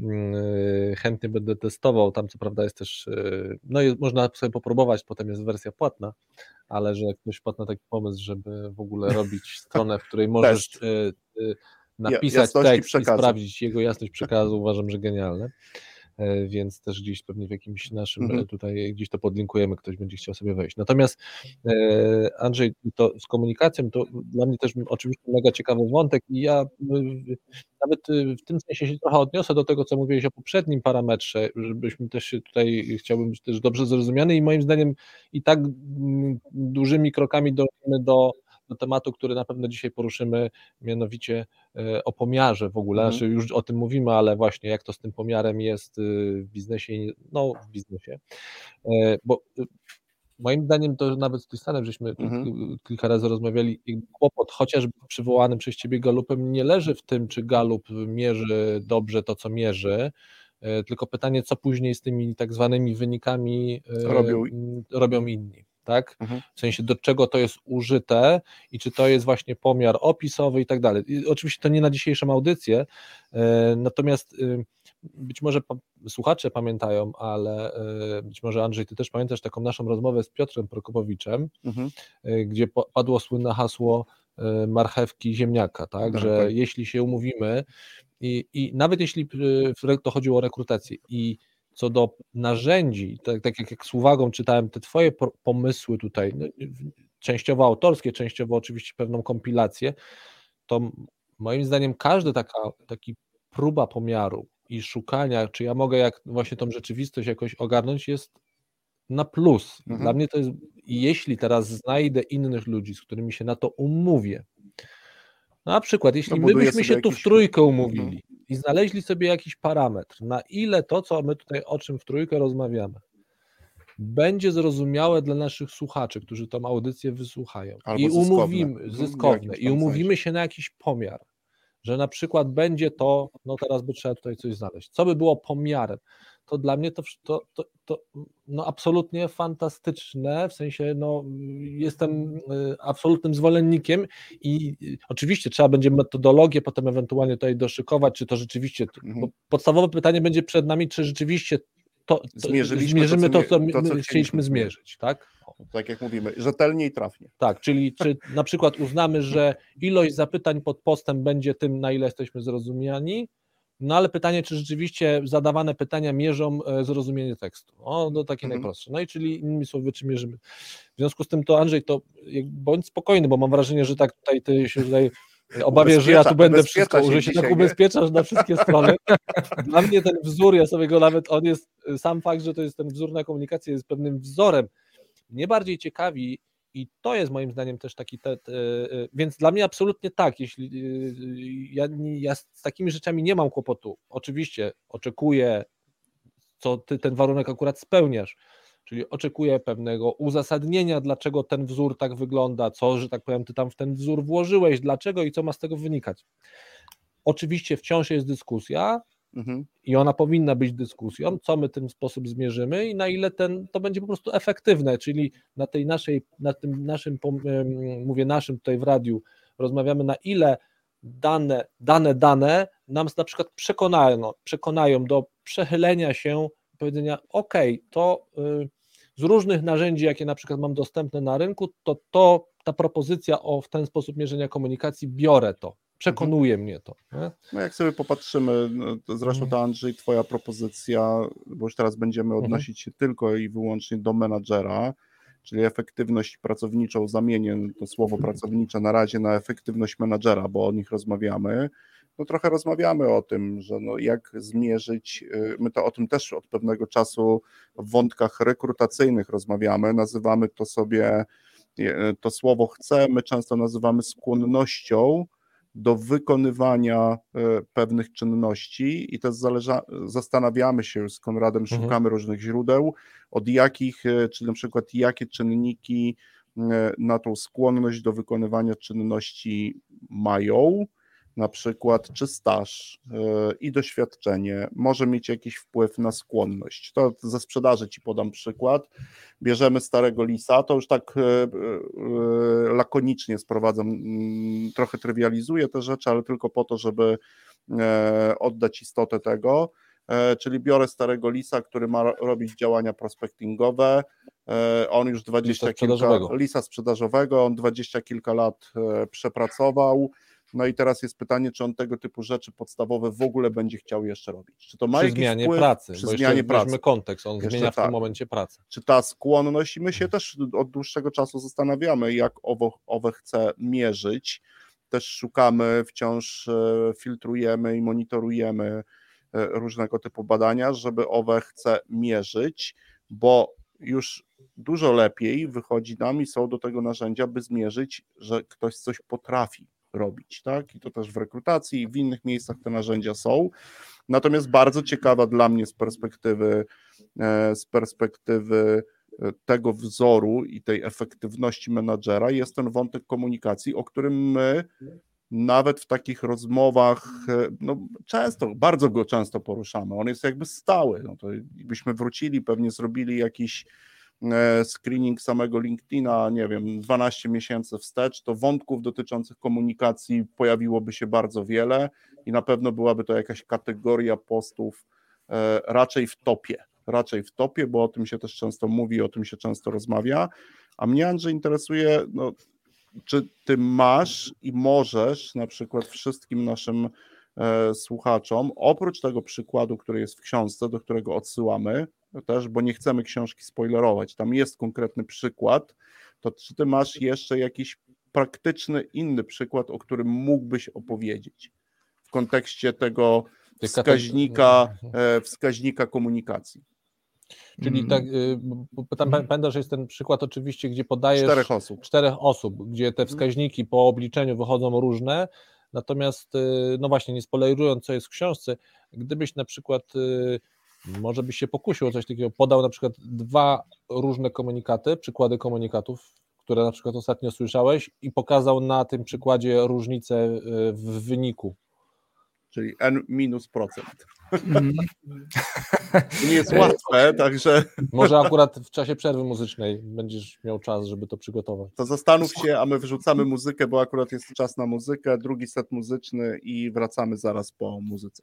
Chętnie będę testował. Tam co prawda jest też, no można sobie popróbować, potem jest wersja płatna, ale że ktoś wpadł na taki pomysł, żeby w ogóle robić stronę, w której możesz napisać tekst i sprawdzić jego jasność przekazu, uważam, że genialne. Więc też gdzieś pewnie w jakimś naszym tutaj gdzieś to podlinkujemy, ktoś będzie chciał sobie wejść. Natomiast Andrzej, to z komunikacją to dla mnie też oczywiście mega ciekawy wątek i ja nawet w tym sensie się trochę odniosę do tego, co mówiłeś o poprzednim parametrze, żebyśmy też się tutaj, chciałbym być też dobrze zrozumiany i moim zdaniem i tak dużymi krokami dążymy do tematu, który na pewno dzisiaj poruszymy, mianowicie o pomiarze w ogóle, znaczy już o tym mówimy, ale właśnie jak to z tym pomiarem jest w biznesie, w biznesie, bo moim zdaniem to nawet z Tristanem żeśmy kilka razy rozmawiali i kłopot chociażby przywołany przez Ciebie Galupem nie leży w tym, czy Galup mierzy dobrze to, co mierzy, tylko pytanie, co później z tymi tak zwanymi wynikami robią inni. Tak? W sensie do czego to jest użyte i czy to jest właśnie pomiar opisowy i tak dalej. Oczywiście to nie na dzisiejszą audycję, natomiast być może słuchacze pamiętają, ale być może Andrzej, ty też pamiętasz taką naszą rozmowę z Piotrem Prokopowiczem, gdzie padło słynne hasło marchewki ziemniaka, tak? Że jeśli się umówimy i nawet jeśli to chodziło o rekrutację i co do narzędzi, tak jak z uwagą czytałem te twoje pomysły tutaj, częściowo autorskie, częściowo oczywiście pewną kompilację, to moim zdaniem każda taki próba pomiaru i szukania, czy ja mogę jak właśnie tą rzeczywistość jakoś ogarnąć, jest na plus. Dla mnie to jest, jeśli teraz znajdę innych ludzi, z którymi się na to umówię, na przykład, jeśli my byśmy się tu w trójkę umówili i znaleźli sobie jakiś parametr, na ile to, co my tutaj o czym w trójkę rozmawiamy, będzie zrozumiałe dla naszych słuchaczy, którzy tą audycję wysłuchają. Albo i zyskowne i umówimy się na jakiś pomiar, że na przykład będzie to, teraz by trzeba tutaj coś znaleźć. Co by było pomiarem? To dla mnie to absolutnie fantastyczne, w sensie jestem absolutnym zwolennikiem i oczywiście trzeba będzie metodologię potem ewentualnie tutaj doszykować, czy to rzeczywiście, bo podstawowe pytanie będzie przed nami, czy rzeczywiście zmierzymy to, co chcieliśmy zmierzyć, tak? Tak jak mówimy, rzetelnie i trafnie. Tak, czyli czy na przykład uznamy, że ilość zapytań pod postem będzie tym, na ile jesteśmy zrozumiani, ale pytanie, czy rzeczywiście zadawane pytania mierzą zrozumienie tekstu. Takie najprostsze. I czyli innymi słowy, czy mierzymy. W związku z tym to Andrzej, to bądź spokojny, bo mam wrażenie, że tak tutaj ty się tutaj obawiasz, że ja tu będę wszystko, że się tak ubezpieczasz na wszystkie strony. Dla mnie ten wzór, ja sobie go nawet, on jest, sam fakt, że to jest ten wzór na komunikację, jest pewnym wzorem. Mnie bardziej ciekawi i to jest moim zdaniem też taki, więc dla mnie absolutnie tak, jeśli ja z takimi rzeczami nie mam kłopotu. Oczywiście oczekuję, co ty ten warunek akurat spełniasz, czyli oczekuję pewnego uzasadnienia, dlaczego ten wzór tak wygląda, co, że tak powiem, ty tam w ten wzór włożyłeś, dlaczego i co ma z tego wynikać. Oczywiście wciąż jest dyskusja i ona powinna być dyskusją, co my w ten sposób zmierzymy i na ile to będzie po prostu efektywne, czyli na tym naszym, mówię naszym tutaj w radiu, rozmawiamy, na ile dane nam na przykład przekonają do przechylenia się, powiedzenia to z różnych narzędzi, jakie na przykład mam dostępne na rynku, ta propozycja w ten sposób mierzenia komunikacji, biorę to. Przekonuje mnie to. Nie? Jak sobie popatrzymy, zresztą to Andrzej, twoja propozycja, bo już teraz będziemy odnosić się tylko i wyłącznie do menadżera, czyli efektywność pracowniczą, zamienię to słowo pracownicze na razie na efektywność menadżera, bo o nich rozmawiamy. Trochę rozmawiamy o tym, że jak zmierzyć, my to o tym też od pewnego czasu w wątkach rekrutacyjnych rozmawiamy, nazywamy to sobie, to słowo my często nazywamy skłonnością do wykonywania pewnych czynności i też zastanawiamy się z Konradem, szukamy różnych źródeł, od jakich, czyli na przykład jakie czynniki na tą skłonność do wykonywania czynności mają, na przykład, czy staż i doświadczenie może mieć jakiś wpływ na skłonność. To ze sprzedaży Ci podam przykład. Bierzemy starego lisa, to już tak lakonicznie sprowadzam, trochę trywializuję te rzeczy, ale tylko po to, żeby oddać istotę tego, czyli biorę starego lisa, który ma robić działania prospectingowe, on już lisa sprzedażowego, on 20 kilka lat przepracował, no i teraz jest pytanie, czy on tego typu rzeczy podstawowe w ogóle będzie chciał jeszcze robić. Czy to ma jakiś zmianie wpływ? Pracy, Przy bo zmianie pracy. Weźmy kontekst, on jeszcze zmienia w tym momencie pracę. Czy ta skłonność, i my się też od dłuższego czasu zastanawiamy, jak OWE chce mierzyć, też szukamy, wciąż filtrujemy i monitorujemy różnego typu badania, żeby OWE chce mierzyć, bo już dużo lepiej wychodzi nam i są do tego narzędzia, by zmierzyć, że ktoś coś potrafi robić, tak? I to też w rekrutacji i w innych miejscach te narzędzia są. Natomiast bardzo ciekawa dla mnie z perspektywy tego wzoru i tej efektywności menadżera jest ten wątek komunikacji, o którym my nawet w takich rozmowach, no bardzo go często poruszamy, on jest jakby stały, no to byśmy wrócili, pewnie zrobili jakiś screening samego LinkedIna, nie wiem, 12 miesięcy wstecz, to wątków dotyczących komunikacji pojawiłoby się bardzo wiele i na pewno byłaby to jakaś kategoria postów raczej w topie, bo o tym się też często mówi, o tym się często rozmawia, a mnie, Andrzej, interesuje, no, czy ty masz i możesz na przykład wszystkim naszym słuchaczom, oprócz tego przykładu, który jest w książce, do którego odsyłamy też, bo nie chcemy książki spoilerować, tam jest konkretny przykład, to czy ty masz jeszcze jakiś praktyczny, inny przykład, o którym mógłbyś opowiedzieć w kontekście tego wskaźnika komunikacji? Czyli tak, pamiętam, że jest ten przykład oczywiście, gdzie podajesz 4 osób, gdzie te wskaźniki po obliczeniu wychodzą różne, natomiast no właśnie, nie spoilerując, co jest w książce, gdybyś na przykład, może byś się pokusił o coś takiego, podał na przykład 2 różne komunikaty, przykłady komunikatów, które na przykład ostatnio słyszałeś i pokazał na tym przykładzie różnicę w wyniku. Czyli N-%. Nie jest łatwe, także... Może akurat w czasie przerwy muzycznej będziesz miał czas, żeby to przygotować. To zastanów się, a my wrzucamy muzykę, bo akurat jest czas na muzykę, drugi set muzyczny i wracamy zaraz po muzyce.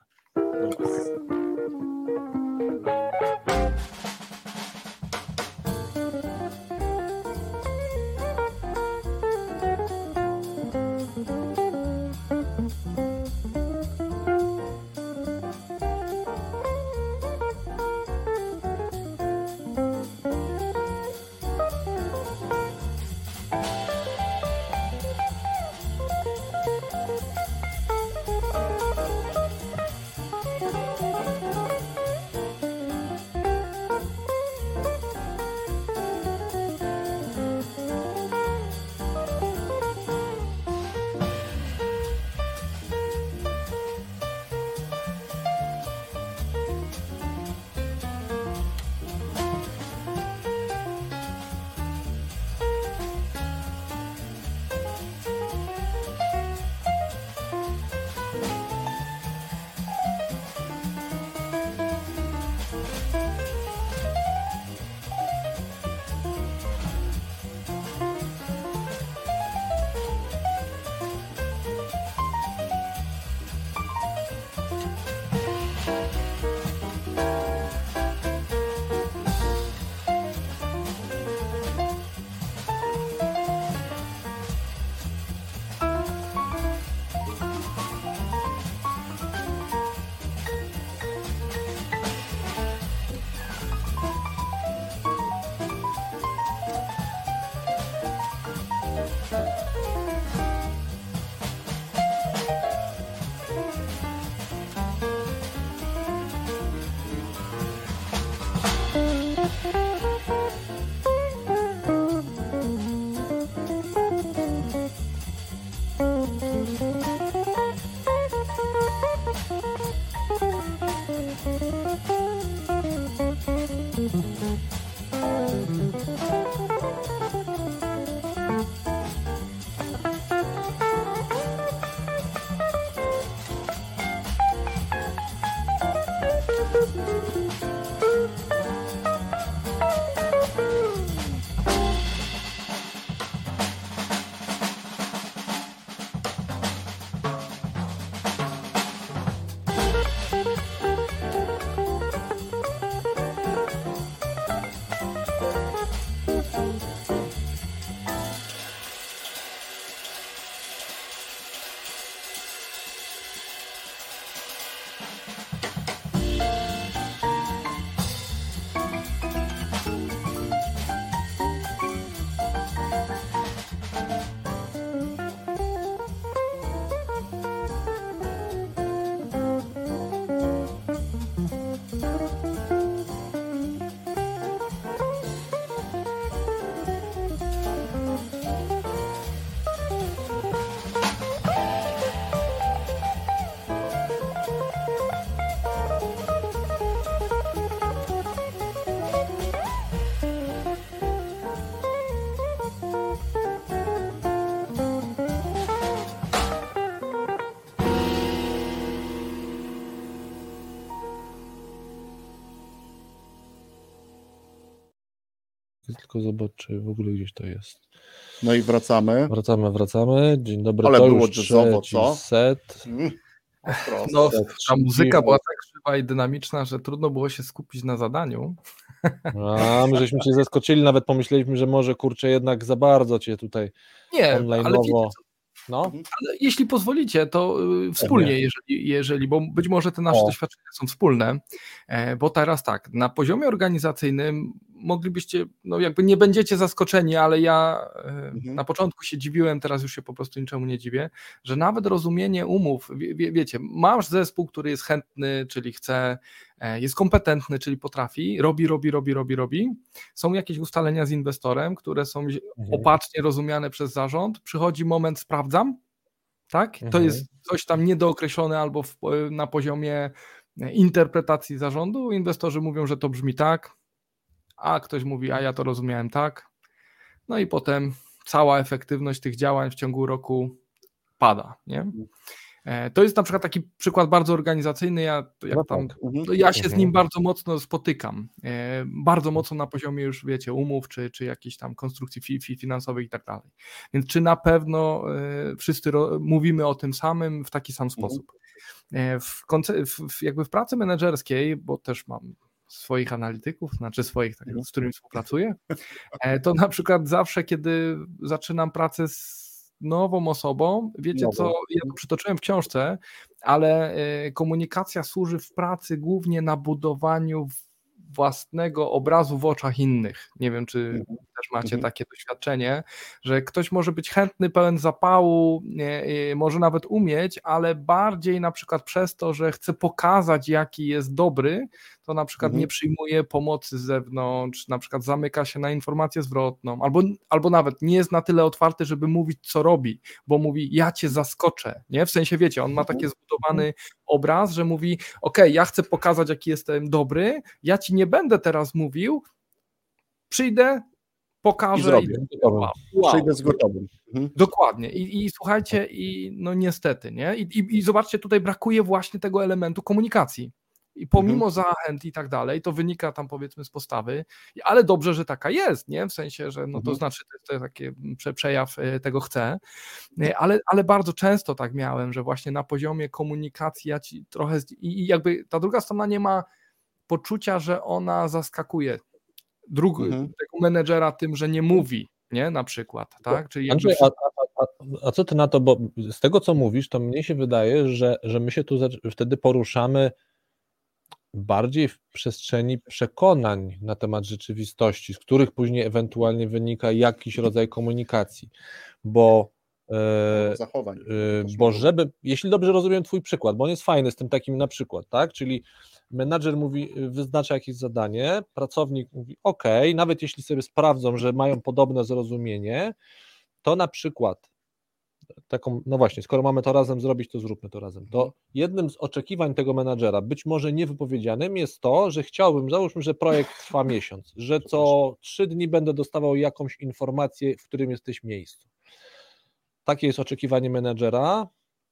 tylko zobacz, czy w ogóle gdzieś to jest. No i wracamy. Wracamy. Dzień dobry. Ale to było już jazzowo, trzeci co? set. No, ta muzyka była tak krzywa i dynamiczna, że trudno było się skupić na zadaniu. A my żeśmy cię zaskoczyli, nawet pomyśleliśmy, że może kurczę jednak za bardzo cię tutaj online'owo. No. Ale jeśli pozwolicie, to wspólnie, jeżeli, bo być może te nasze doświadczenia są wspólne, bo teraz tak, na poziomie organizacyjnym moglibyście, no jakby nie będziecie zaskoczeni, ale ja na początku się dziwiłem, teraz już się po prostu niczemu nie dziwię, że nawet rozumienie umów, wiecie, masz zespół, który jest chętny, czyli chce, jest kompetentny, czyli potrafi, robi, są jakieś ustalenia z inwestorem, które są opacznie rozumiane przez zarząd, przychodzi moment, sprawdzam, tak? To jest coś tam niedookreślone albo na poziomie interpretacji zarządu, inwestorzy mówią, że to brzmi tak, a ktoś mówi, a ja to rozumiałem tak, no i potem cała efektywność tych działań w ciągu roku pada, nie? To jest na przykład taki przykład bardzo organizacyjny, ja się z nim bardzo mocno spotykam, bardzo mocno na poziomie już, wiecie, umów, czy jakichś tam konstrukcji finansowych i tak dalej. Więc czy na pewno wszyscy mówimy o tym samym w taki sam sposób? Jakby w pracy menedżerskiej, bo też mam swoich analityków, znaczy swoich, z którymi współpracuję, to na przykład zawsze, kiedy zaczynam pracę z nową osobą, wiecie co, ja to przytoczyłem w książce, ale komunikacja służy w pracy głównie na budowaniu własnego obrazu w oczach innych. Nie wiem, czy też macie takie doświadczenie, że ktoś może być chętny, pełen zapału, może nawet umieć, ale bardziej na przykład przez to, że chce pokazać, jaki jest dobry, to na przykład nie przyjmuje pomocy z zewnątrz, na przykład zamyka się na informację zwrotną, albo nawet nie jest na tyle otwarty, żeby mówić, co robi, bo mówi, ja cię zaskoczę, nie? W sensie, wiecie, on ma taki zbudowany obraz, że mówi, okej, ja chcę pokazać, jaki jestem dobry, ja ci nie będę teraz mówił, przyjdę, pokażę i przyjdę z gotowym. Dokładnie. I słuchajcie, no niestety, nie? I zobaczcie, tutaj brakuje właśnie tego elementu komunikacji. I pomimo zachęt i tak dalej, to wynika tam powiedzmy z postawy, ale dobrze, że taka jest, nie? W sensie, że no to znaczy, to jest taki przejaw tego chcę, ale bardzo często tak miałem, że właśnie na poziomie komunikacji ja ci trochę i jakby ta druga strona nie ma poczucia, że ona zaskakuje tego menedżera tym, że nie mówi, nie? Na przykład, tak? Czyli Andrzej, a co ty na to, bo z tego co mówisz, to mnie się wydaje, że my się tu wtedy poruszamy bardziej w przestrzeni przekonań na temat rzeczywistości, z których później ewentualnie wynika jakiś rodzaj komunikacji, bo zachowań. Bo jeśli dobrze rozumiem twój przykład, bo on jest fajny z tym takim na przykład, tak, czyli menadżer mówi, wyznacza jakieś zadanie, pracownik mówi okej, nawet jeśli sobie sprawdzą, że mają podobne zrozumienie, to na przykład taką, no właśnie, skoro mamy to razem zrobić, to zróbmy to razem. To jednym z oczekiwań tego menadżera, być może niewypowiedzianym, jest to, że chciałbym, załóżmy, że projekt trwa miesiąc, że co 3 dni będę dostawał jakąś informację, w którym jesteś miejscu. Takie jest oczekiwanie menadżera.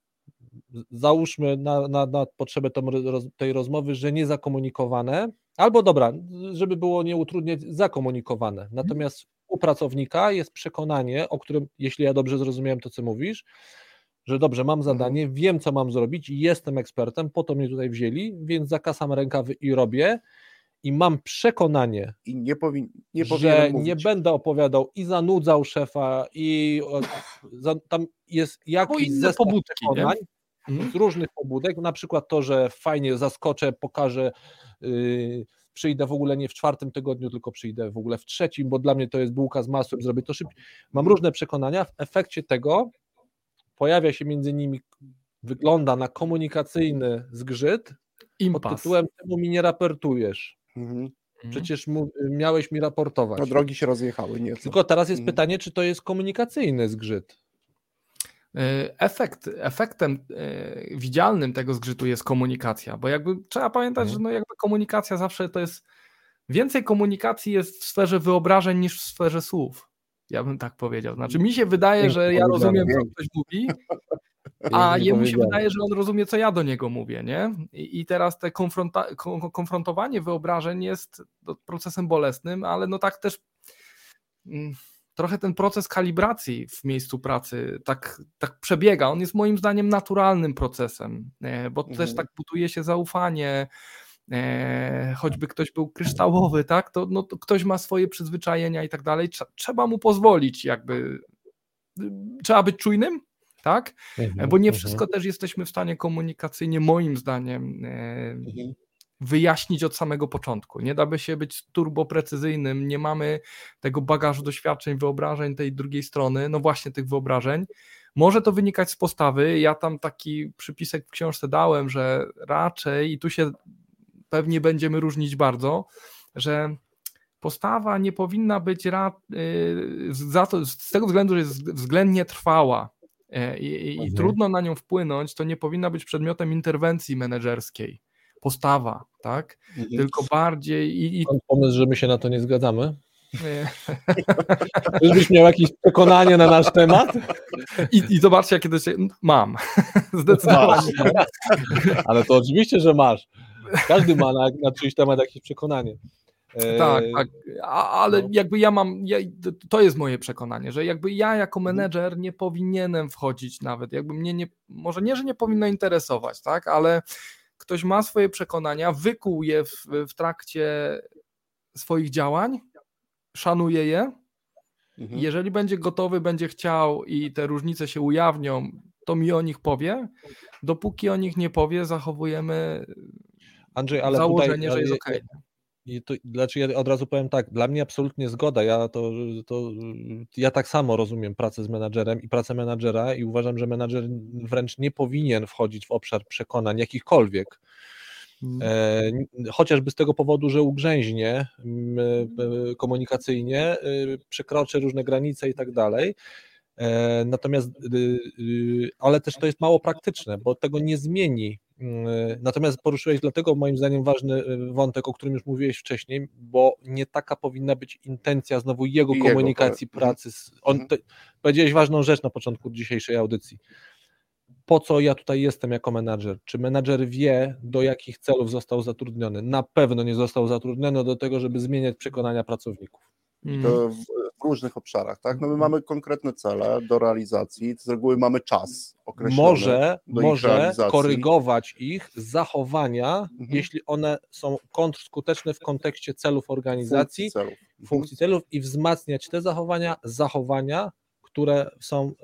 Załóżmy na potrzebę tej rozmowy, że nie zakomunikowane, albo dobra, żeby było nie utrudniać, zakomunikowane. Natomiast u pracownika jest przekonanie, o którym, jeśli ja dobrze zrozumiałem to, co mówisz, że dobrze, mam zadanie, wiem, co mam zrobić, jestem ekspertem, po to mnie tutaj wzięli, więc zakasam rękawy i robię. I mam przekonanie, i że nie będę opowiadał i zanudzał szefa, i tam jest jakiś zestaw przekonań z różnych pobudek, na przykład to, że fajnie zaskoczę, pokażę, przyjdę w ogóle nie w 4. tygodniu, tylko przyjdę w ogóle w 3., bo dla mnie to jest bułka z masłem, zrobię to szybciej. Mam różne przekonania, w efekcie tego pojawia się między nimi, wygląda na komunikacyjny zgrzyt, pod tytułem "Czemu mi nie raportujesz? Przecież miałeś mi raportować". No drogi się rozjechały nieco. Tylko teraz jest pytanie, czy to jest komunikacyjny zgrzyt? Efektem widzialnym tego zgrzytu jest komunikacja, bo jakby trzeba pamiętać, że no jakby komunikacja zawsze to jest, więcej komunikacji jest w sferze wyobrażeń niż w sferze słów. Ja bym tak powiedział. Znaczy mi się wydaje, że ja rozumiem, co ktoś mówi, a jemu się wydaje, że on rozumie, co ja do niego mówię, nie? I teraz te konfrontowanie wyobrażeń jest procesem bolesnym, ale no tak też trochę ten proces kalibracji w miejscu pracy tak przebiega. On jest moim zdaniem naturalnym procesem, bo też tak buduje się zaufanie. Choćby ktoś był kryształowy, tak, to ktoś ma swoje przyzwyczajenia i tak dalej, trzeba mu pozwolić, jakby trzeba być czujnym, tak, bo nie wszystko też jesteśmy w stanie komunikacyjnie, moim zdaniem, wyjaśnić od samego początku. Nie da się być turboprecyzyjnym, nie mamy tego bagażu doświadczeń, wyobrażeń tej drugiej strony, no właśnie tych wyobrażeń. Może to wynikać z postawy, ja tam taki przypisek w książce dałem, że raczej, i tu się pewnie będziemy różnić bardzo, że postawa nie powinna być z tego względu, że jest względnie trwała i trudno na nią wpłynąć, to nie powinna być przedmiotem interwencji menedżerskiej. Postawa, tak? Tylko bardziej... Skąd pomysł, że my się na to nie zgadzamy? Czyżbyś miał jakieś przekonanie na nasz temat? I zobaczcie, jakie to się... Mam. Zdecydowanie. Ale to oczywiście, że masz. Każdy ma na czyjś temat jakieś przekonanie. Tak, ale jakby to jest moje przekonanie, że jakby ja jako menedżer nie powinienem wchodzić nawet, jakby mnie może nie, że nie powinno interesować, tak, ale ktoś ma swoje przekonania, wykuł je w trakcie swoich działań, szanuje je, jeżeli będzie gotowy, będzie chciał i te różnice się ujawnią, to mi o nich powie, dopóki o nich nie powie, zachowujemy Andrzej, ale założenie, tutaj, że jest okej. Znaczy ja od razu powiem tak, dla mnie absolutnie zgoda, ja tak samo rozumiem pracę z menadżerem i pracę menadżera i uważam, że menadżer wręcz nie powinien wchodzić w obszar przekonań jakichkolwiek, chociażby z tego powodu, że ugrzęźnie komunikacyjnie, przekroczy różne granice i tak dalej. Natomiast, ale też to jest mało praktyczne, bo tego nie zmieni. Natomiast poruszyłeś dlatego moim zdaniem ważny wątek, o którym już mówiłeś wcześniej, bo nie taka powinna być intencja znowu jego komunikacji, pracy. Powiedziałeś ważną rzecz na początku dzisiejszej audycji. Po co ja tutaj jestem jako menadżer? Czy menadżer wie, do jakich celów został zatrudniony? Na pewno nie został zatrudniony do tego, żeby zmieniać przekonania pracowników. To w różnych obszarach, tak? No my mamy konkretne cele do realizacji, z reguły mamy czas określony może korygować ich zachowania, jeśli one są kontrskuteczne w kontekście celów organizacji, funkcji celów i wzmacniać te zachowania, które są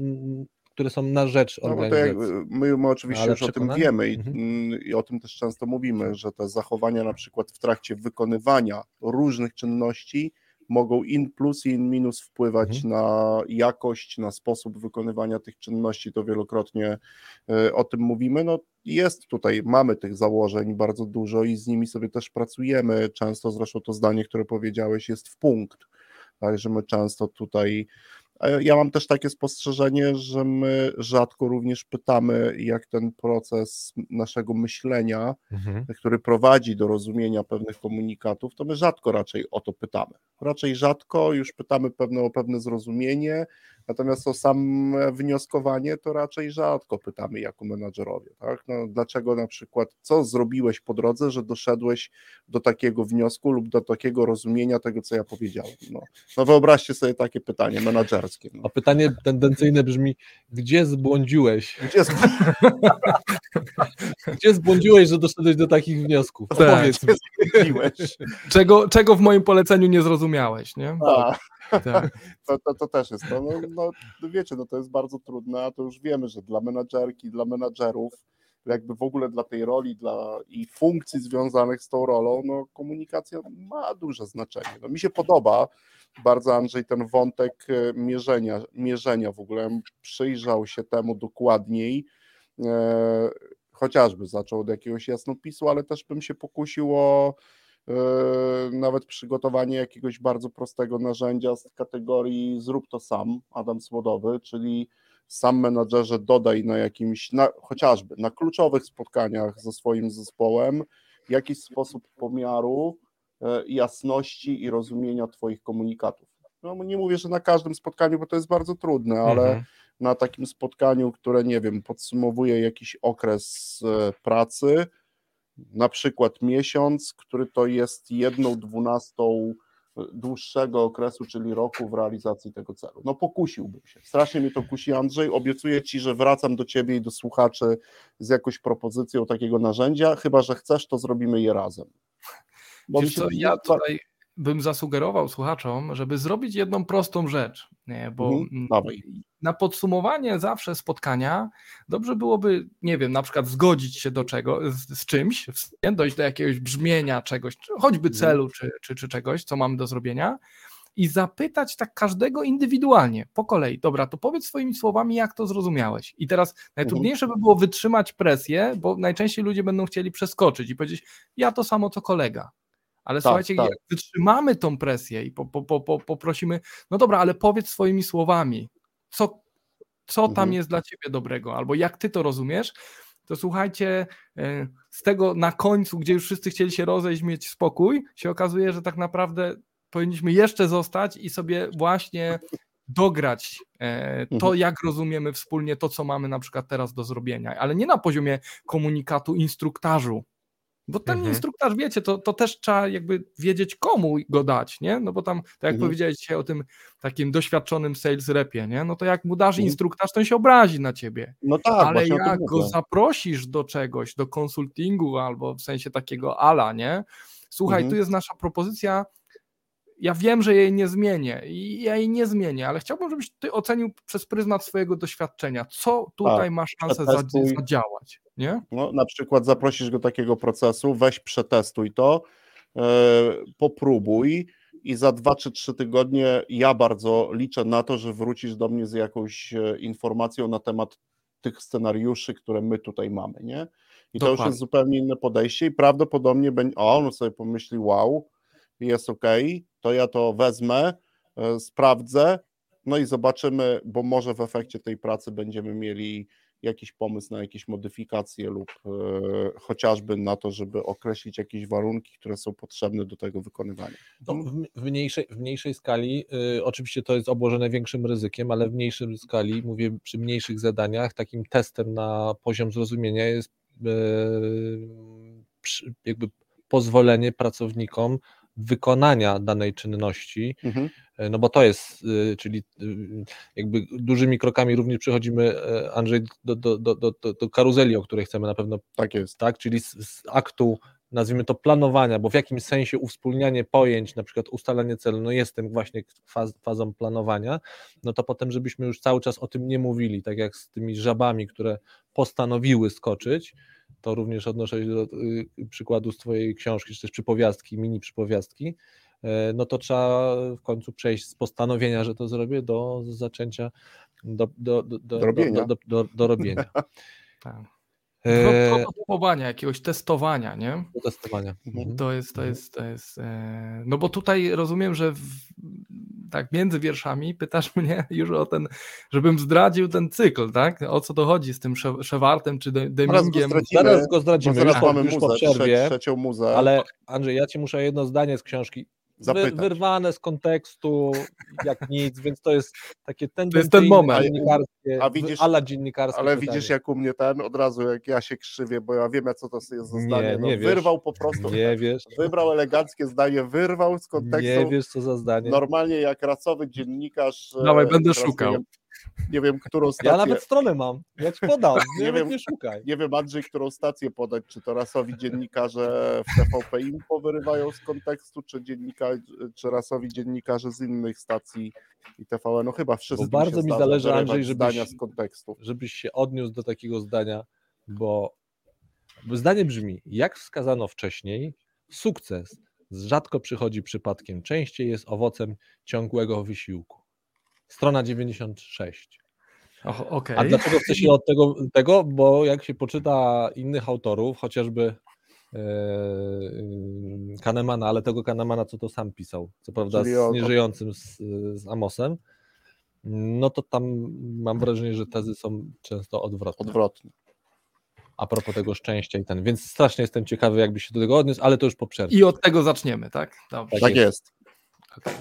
na rzecz organizacji. My oczywiście już o tym wiemy i o tym też często mówimy, że te zachowania na przykład w trakcie wykonywania różnych czynności mogą in plus i in minus wpływać na jakość, na sposób wykonywania tych czynności, to wielokrotnie o tym mówimy. No jest tutaj, mamy tych założeń bardzo dużo i z nimi sobie też pracujemy, często zresztą to zdanie, które powiedziałeś, jest w punkt, także my często tutaj... Ja mam też takie spostrzeżenie, że my rzadko również pytamy, jak ten proces naszego myślenia, który prowadzi do rozumienia pewnych komunikatów, to my rzadko raczej o to pytamy. Raczej rzadko już pytamy o pewne zrozumienie, natomiast o sam wnioskowanie to raczej rzadko pytamy jako menadżerowie. Tak? No, dlaczego na przykład, co zrobiłeś po drodze, że doszedłeś do takiego wniosku lub do takiego rozumienia tego, co ja powiedziałem. No wyobraźcie sobie takie pytanie menadżerskie. A pytanie tendencyjne brzmi, gdzie zbłądziłeś? Gdzie zbłądziłeś, że doszedłeś do takich wniosków? Powiedz mi. Czego w moim poleceniu nie zrozumiałeś, nie? Tak. To też jest to. No, wiecie, to jest bardzo trudne, a to już wiemy, że dla menadżerki, dla menadżerów, jakby w ogóle dla tej roli i funkcji związanych z tą rolą, no komunikacja ma duże znaczenie. No, mi się podoba bardzo, Andrzej, ten wątek mierzenia w ogóle, przyjrzał się temu dokładniej, chociażby zaczął od jakiegoś jasnopisu, ale też bym się pokusił o nawet przygotowanie jakiegoś bardzo prostego narzędzia z kategorii zrób to sam, Adam Słodowy, czyli sam menadżerze dodaj chociażby na kluczowych spotkaniach ze swoim zespołem jakiś sposób pomiaru jasności i rozumienia twoich komunikatów. No, nie mówię, że na każdym spotkaniu, bo to jest bardzo trudne, ale na takim spotkaniu, które, nie wiem, podsumowuje jakiś okres pracy, na przykład miesiąc, który to jest 1/12 dłuższego okresu, czyli roku w realizacji tego celu. No pokusiłbym się. Strasznie mnie to kusi, Andrzej. Obiecuję Ci, że wracam do Ciebie i do słuchaczy z jakąś propozycją takiego narzędzia. Chyba że chcesz, to zrobimy je razem. Bo ja tutaj bym zasugerował słuchaczom, żeby zrobić jedną prostą rzecz, nie? Bo na podsumowanie zawsze spotkania dobrze byłoby, nie wiem, na przykład zgodzić się do z czymś, dojść do jakiegoś brzmienia czegoś, choćby celu czy czegoś, co mamy do zrobienia i zapytać tak każdego indywidualnie, po kolei, dobra, to powiedz swoimi słowami, jak to zrozumiałeś. I teraz najtrudniejsze by było wytrzymać presję, bo najczęściej ludzie będą chcieli przeskoczyć i powiedzieć, ja to samo co kolega. Ale słuchajcie, jak wytrzymamy tą presję i poprosimy, no dobra, ale powiedz swoimi słowami, co tam jest dla ciebie dobrego, albo jak ty to rozumiesz, to słuchajcie, z tego na końcu, gdzie już wszyscy chcieli się rozejść, mieć spokój, się okazuje, że tak naprawdę powinniśmy jeszcze zostać i sobie właśnie dograć to, jak rozumiemy wspólnie to, co mamy na przykład teraz do zrobienia, ale nie na poziomie komunikatu instruktażu, bo ten instruktaż, wiecie, to też trzeba jakby wiedzieć, komu go dać, nie? No bo tam, tak jak powiedziałeś dzisiaj o tym takim doświadczonym sales repie, nie? No to jak mu dasz instruktaż, to on się obrazi na ciebie. No tak, ale jak go zaprosisz do czegoś, do konsultingu albo w sensie takiego ala, nie? Słuchaj, tu jest nasza propozycja, ja wiem, że jej nie zmienię i ja jej nie zmienię, ale chciałbym, żebyś ty ocenił przez pryzmat swojego doświadczenia, co tutaj ma szansę zadziałać, nie? No, na przykład zaprosisz go do takiego procesu, weź przetestuj to, popróbuj i za 2 czy 3 tygodnie ja bardzo liczę na to, że wrócisz do mnie z jakąś informacją na temat tych scenariuszy, które my tutaj mamy, nie? I to już jest zupełnie inne podejście i prawdopodobnie on sobie pomyśli, wow, jest okej, to ja to wezmę, sprawdzę, no i zobaczymy, bo może w efekcie tej pracy będziemy mieli jakiś pomysł na jakieś modyfikacje lub chociażby na to, żeby określić jakieś warunki, które są potrzebne do tego wykonywania. No, w mniejszej skali, oczywiście to jest obłożone większym ryzykiem, ale w mniejszej skali, mówię przy mniejszych zadaniach, takim testem na poziom zrozumienia jest jakby pozwolenie pracownikom wykonania danej czynności, no bo to jest, czyli jakby dużymi krokami również przechodzimy, Andrzej, do karuzeli, o której chcemy na pewno, tak jest, tak, czyli z aktu, nazwijmy to, planowania, bo w jakimś sensie uwspólnianie pojęć, na przykład ustalanie celu, no jest tym właśnie fazą planowania, no to potem, żebyśmy już cały czas o tym nie mówili, tak jak z tymi żabami, które postanowiły skoczyć, to również odnoszę się do przykładu z twojej książki, czy też przypowiastki, mini przypowiastki, no to trzeba w końcu przejść z postanowienia, że to zrobię, do zaczęcia, do robienia. Tak. Próbowania, jakiegoś testowania, nie? Do testowania. To jest, no bo tutaj rozumiem, że tak między wierszami pytasz mnie już o ten, żebym zdradził ten cykl, tak? O co to chodzi z tym Szewartem czy Demingiem? Zaraz go zdradzimy, już po przerwie, trzecią muzę. Ale Andrzej, ja ci muszę jedno zdanie z książki wyrwane z kontekstu, jak nic, więc to jest takie ten moment. dziennikarskie ale pytanie. Widzisz, jak u mnie od razu, jak ja się krzywię, bo ja wiem, co to jest za zdanie. Nie wyrwał po prostu, wybrał eleganckie zdanie, wyrwał z kontekstu. Nie wiesz, co za zdanie. Normalnie jak rasowy dziennikarz. Dawaj, będę szukał. Nie wiem, którą stację. Ja nawet stronę mam, ja ci podam, nie szukaj. Nie wiem, Andrzej, którą stację podać, czy to rasowi dziennikarze w TVP Info wyrywają z kontekstu, czy rasowi dziennikarze z innych stacji i TVN. No chyba wszyscy. Bo bardzo mi zależy, Andrzej, żebyś się odniósł do takiego zdania, bo zdanie brzmi, jak wskazano wcześniej, sukces rzadko przychodzi przypadkiem, częściej jest owocem ciągłego wysiłku. Strona 96. Okay. A dlaczego chcę się od tego? Bo jak się poczyta innych autorów, chociażby Kahnemana, ale tego Kahnemana, co to sam pisał, co prawda z nieżyjącym z Amosem, no to tam mam wrażenie, że tezy są często odwrotne. A propos tego szczęścia i więc strasznie jestem ciekawy, jakby się do tego odniósł, ale to już po przerwie. I od tego zaczniemy, tak? Dobrze. Tak jest. Okay.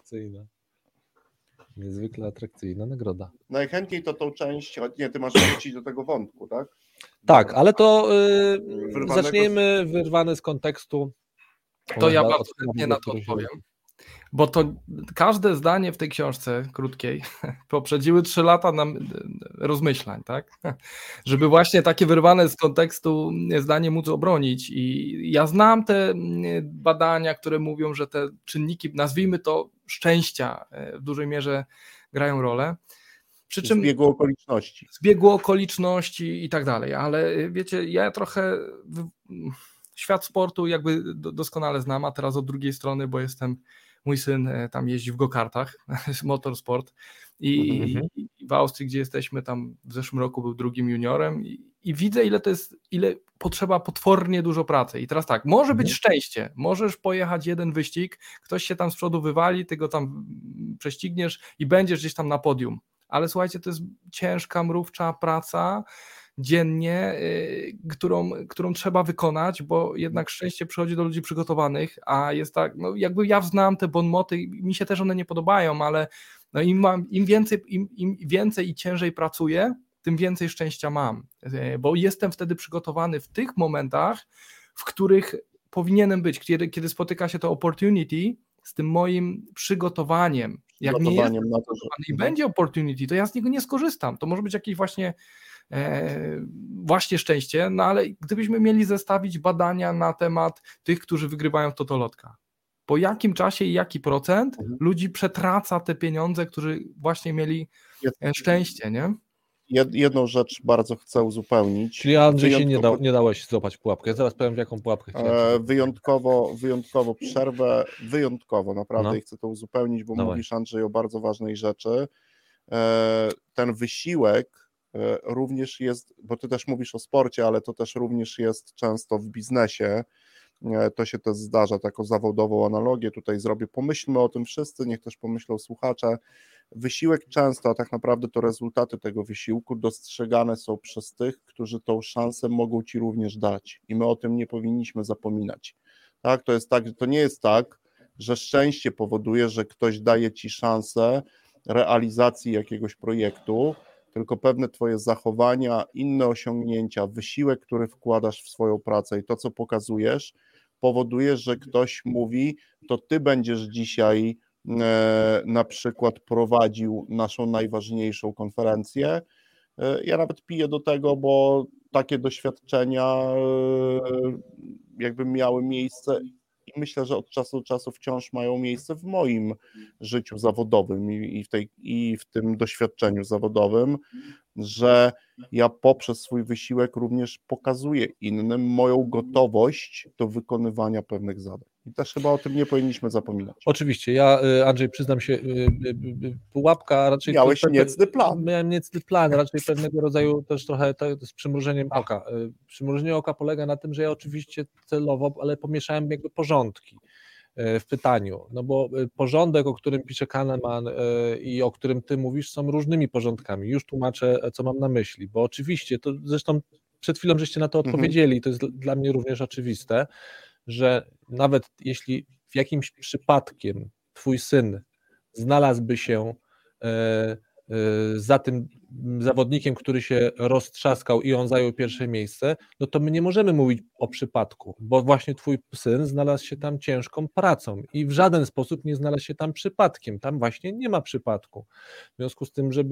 Niezwykle atrakcyjna nagroda. Najchętniej to tą część, nie, ty masz wrócić do tego wątku, tak? Tak, ale to zacznijmy wyrwane z kontekstu. To ja bardzo chętnie na to odpowiem. Bo to każde zdanie w tej książce krótkiej poprzedziły 3 lata rozmyślań, tak? Żeby właśnie takie wyrwane z kontekstu zdanie móc obronić. I ja znam te badania, które mówią, że te czynniki, nazwijmy to szczęścia, w dużej mierze grają rolę. Przy czym zbiegu okoliczności i tak dalej, ale wiecie, ja trochę świat sportu jakby doskonale znam, a teraz od drugiej strony, bo mój syn tam jeździ w go-kartach, motorsport i w Austrii, gdzie jesteśmy, tam w zeszłym roku był drugim juniorem i widzę, ile potrzeba potwornie dużo pracy. I teraz tak, może być szczęście, możesz pojechać jeden wyścig, ktoś się tam z przodu wywali, ty go tam prześcigniesz i będziesz gdzieś tam na podium. Ale słuchajcie, to jest ciężka, mrówcza praca dziennie, którą trzeba wykonać, bo jednak szczęście przychodzi do ludzi przygotowanych, a jest tak, no jakby ja znam te bonmoty, mi się też one nie podobają, ale no im więcej i ciężej pracuję, tym więcej szczęścia mam, bo jestem wtedy przygotowany w tych momentach, w których powinienem być, kiedy spotyka się to opportunity z tym moim przygotowaniem. Jak nie jestem przygotowany i będzie opportunity, to ja z niego nie skorzystam. To może być jakieś właśnie szczęście, no ale gdybyśmy mieli zestawić badania na temat tych, którzy wygrywają w totolotka, po jakim czasie i jaki procent ludzi przetraca te pieniądze, którzy właśnie mieli szczęście, nie? Jedną rzecz bardzo chcę uzupełnić. Czyli Andrzej się nie dałeś złapać w pułapkę. Ja zaraz powiem, w jaką pułapkę chciałem. Wyjątkowo przerwę, naprawdę i chcę to uzupełnić, bo mówisz, Andrzej, o bardzo ważnej rzeczy. Ten wysiłek również jest, bo ty też mówisz o sporcie, ale to też również jest często w biznesie. To się też zdarza, taką zawodową analogię tutaj zrobię. Pomyślmy o tym wszyscy, niech też pomyślą słuchacze. Wysiłek często, a tak naprawdę to rezultaty tego wysiłku dostrzegane są przez tych, którzy tą szansę mogą ci również dać i my o tym nie powinniśmy zapominać. Tak? To nie jest tak, że szczęście powoduje, że ktoś daje ci szansę realizacji jakiegoś projektu, tylko pewne twoje zachowania, inne osiągnięcia, wysiłek, który wkładasz w swoją pracę i to, co pokazujesz, powoduje, że ktoś mówi, to ty będziesz dzisiaj na przykład prowadził naszą najważniejszą konferencję. Ja nawet piję do tego, bo takie doświadczenia jakby miały miejsce i myślę, że od czasu do czasu wciąż mają miejsce w moim życiu zawodowym i w tym doświadczeniu zawodowym, że ja poprzez swój wysiłek również pokazuję innym moją gotowość do wykonywania pewnych zadań. I też chyba o tym nie powinniśmy zapominać. Oczywiście, ja, Andrzej, przyznam się, pułapka raczej... Miałeś niecny plan. Miałem niecny plan, raczej pewnego rodzaju też trochę z przymrużeniem oka. Przymrużenie oka polega na tym, że ja oczywiście celowo, ale pomieszałem jakby porządki w pytaniu, no bo porządek, o którym pisze Kahneman i o którym ty mówisz, są różnymi porządkami. Już tłumaczę, co mam na myśli, bo oczywiście, to zresztą przed chwilą żeście na to odpowiedzieli, to jest dla mnie również oczywiste, że nawet jeśli w jakimś przypadkiem twój syn znalazłby się za tym zawodnikiem, który się roztrzaskał i on zajął pierwsze miejsce, no to my nie możemy mówić o przypadku, bo właśnie twój syn znalazł się tam ciężką pracą i w żaden sposób nie znalazł się tam przypadkiem, tam właśnie nie ma przypadku. W związku z tym,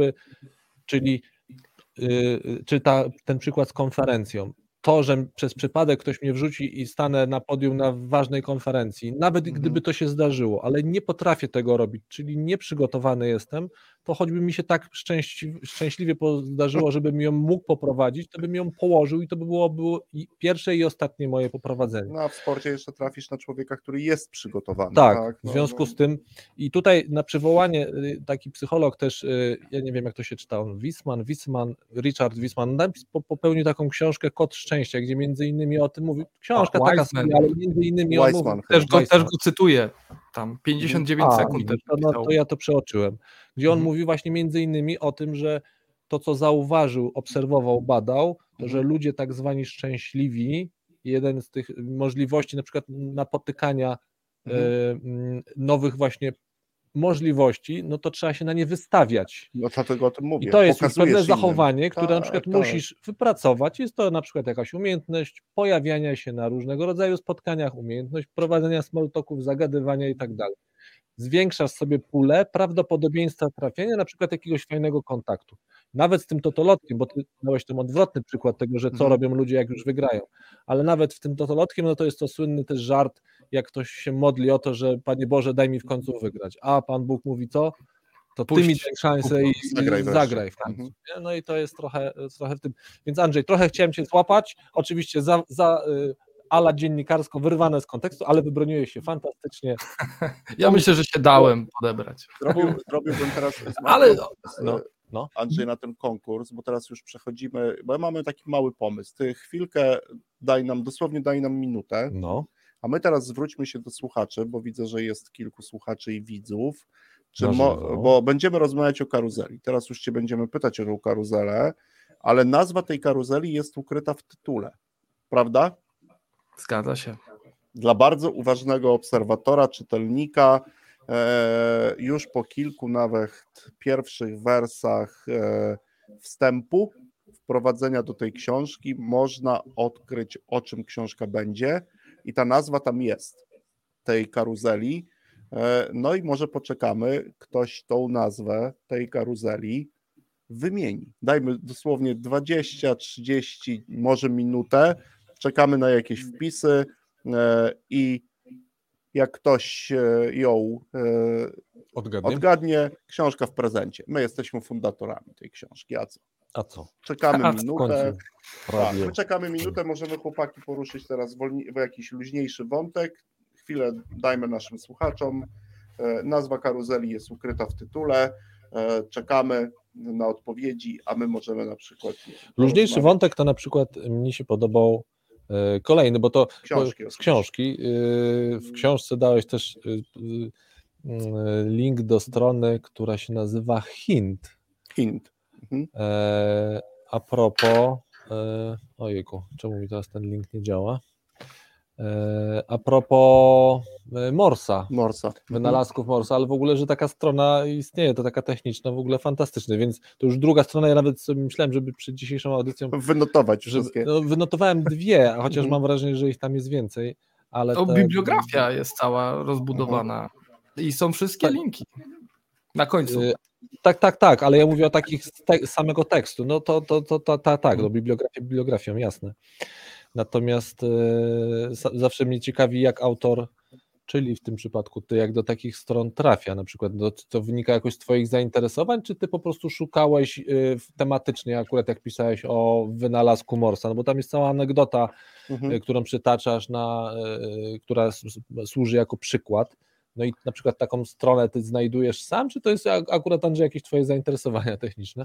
ten przykład z konferencją, to, że przez przypadek ktoś mnie wrzuci i stanę na podium na ważnej konferencji, nawet gdyby to się zdarzyło, ale nie potrafię tego robić, czyli nieprzygotowany jestem, to choćby mi się tak szczęśliwie zdarzyło, żebym ją mógł poprowadzić, to bym ją położył i to by było pierwsze i ostatnie moje poprowadzenie. No a w sporcie jeszcze trafisz na człowieka, który jest przygotowany. Tak, w związku z tym i tutaj na przywołanie taki psycholog też, ja nie wiem jak to się czyta, Richard Wiseman popełnił taką książkę Kod Szczęścia, gdzie między innymi o tym mówi, książka taka sobie, ale między innymi on mówi, też go cytuję, tam 59 sekund. To ja to przeoczyłem, gdzie on mówi właśnie między innymi o tym, że to co zauważył, obserwował, badał, to że ludzie tak zwani szczęśliwi, jeden z tych możliwości na przykład napotykania nowych właśnie możliwości, no to trzeba się na nie wystawiać. No dlatego o tym mówię. I to jest już pewne Pokazujesz zachowanie, które na przykład tak. musisz wypracować. Jest to na przykład jakaś umiejętność pojawiania się na różnego rodzaju spotkaniach, umiejętność prowadzenia small talków, zagadywania i tak dalej. Zwiększasz sobie pulę prawdopodobieństwa trafienia na przykład jakiegoś fajnego kontaktu. Nawet z tym totolotkiem, bo ty dałeś ten odwrotny przykład tego, że co robią ludzie, jak już wygrają. Ale nawet w tym totolotkiem, no to jest to słynny też żart, jak ktoś się modli o to, że Panie Boże, daj mi w końcu wygrać. A Pan Bóg mówi co? To ty mi daj szansę i zagraj w końcu. No i to jest trochę w tym. Więc Andrzej, trochę chciałem cię złapać, oczywiście ala dziennikarsko wyrwane z kontekstu, ale wybroniłeś się fantastycznie. Ja myślę, że się dałem podebrać. Zrobiłbym teraz Andrzej na ten konkurs, bo teraz już przechodzimy, bo mamy taki mały pomysł. Ty chwilkę dosłownie daj nam minutę, a my teraz zwróćmy się do słuchaczy, bo widzę, że jest kilku słuchaczy i widzów, bo będziemy rozmawiać o karuzeli. Teraz już cię będziemy pytać o tą karuzelę, ale nazwa tej karuzeli jest ukryta w tytule, prawda? Zgadza się. Dla bardzo uważnego obserwatora, czytelnika, już po kilku nawet pierwszych wersach wstępu, wprowadzenia do tej książki można odkryć, o czym książka będzie i ta nazwa tam jest, tej karuzeli. No i może poczekamy, ktoś tą nazwę tej karuzeli wymieni. Dajmy dosłownie 20, 30, może minutę, czekamy na jakieś wpisy i jak ktoś ją odgadnie, książka w prezencie. My jesteśmy fundatorami tej książki, a co? Czekamy minutę. My czekamy minutę, możemy chłopaki poruszyć teraz w jakiś luźniejszy wątek. Chwilę dajmy naszym słuchaczom. Nazwa karuzeli jest ukryta w tytule. Czekamy na odpowiedzi, a my możemy na przykład... Luźniejszy wątek to na przykład mi się podobał kolejny, bo to z książki. W książce dałeś też link do strony, która się nazywa Hint. A propos, ojejku, czemu mi teraz ten link nie działa? A propos Morsa, wynalazków Morsa, ale w ogóle, że taka strona istnieje, to taka techniczna, w ogóle fantastyczna, więc to już druga strona, ja nawet sobie myślałem, żeby przed dzisiejszą audycją wynotować wszystkie. Wynotowałem 2, a chociaż mam wrażenie, że ich tam jest więcej. Ale bibliografia jest cała rozbudowana i są wszystkie linki na końcu. Tak, ale ja mówię o takich samego tekstu, no tak, no bibliografią, jasne. Natomiast zawsze mnie ciekawi, jak autor, czyli w tym przypadku ty, jak do takich stron trafia, na przykład to wynika jakoś z twoich zainteresowań, czy ty po prostu szukałeś tematycznie, akurat jak pisałeś o wynalazku Morsa, no bo tam jest cała anegdota, którą przytaczasz, która służy jako przykład, no i na przykład taką stronę ty znajdujesz sam, czy to jest akurat, Andrzej, jakieś twoje zainteresowania techniczne?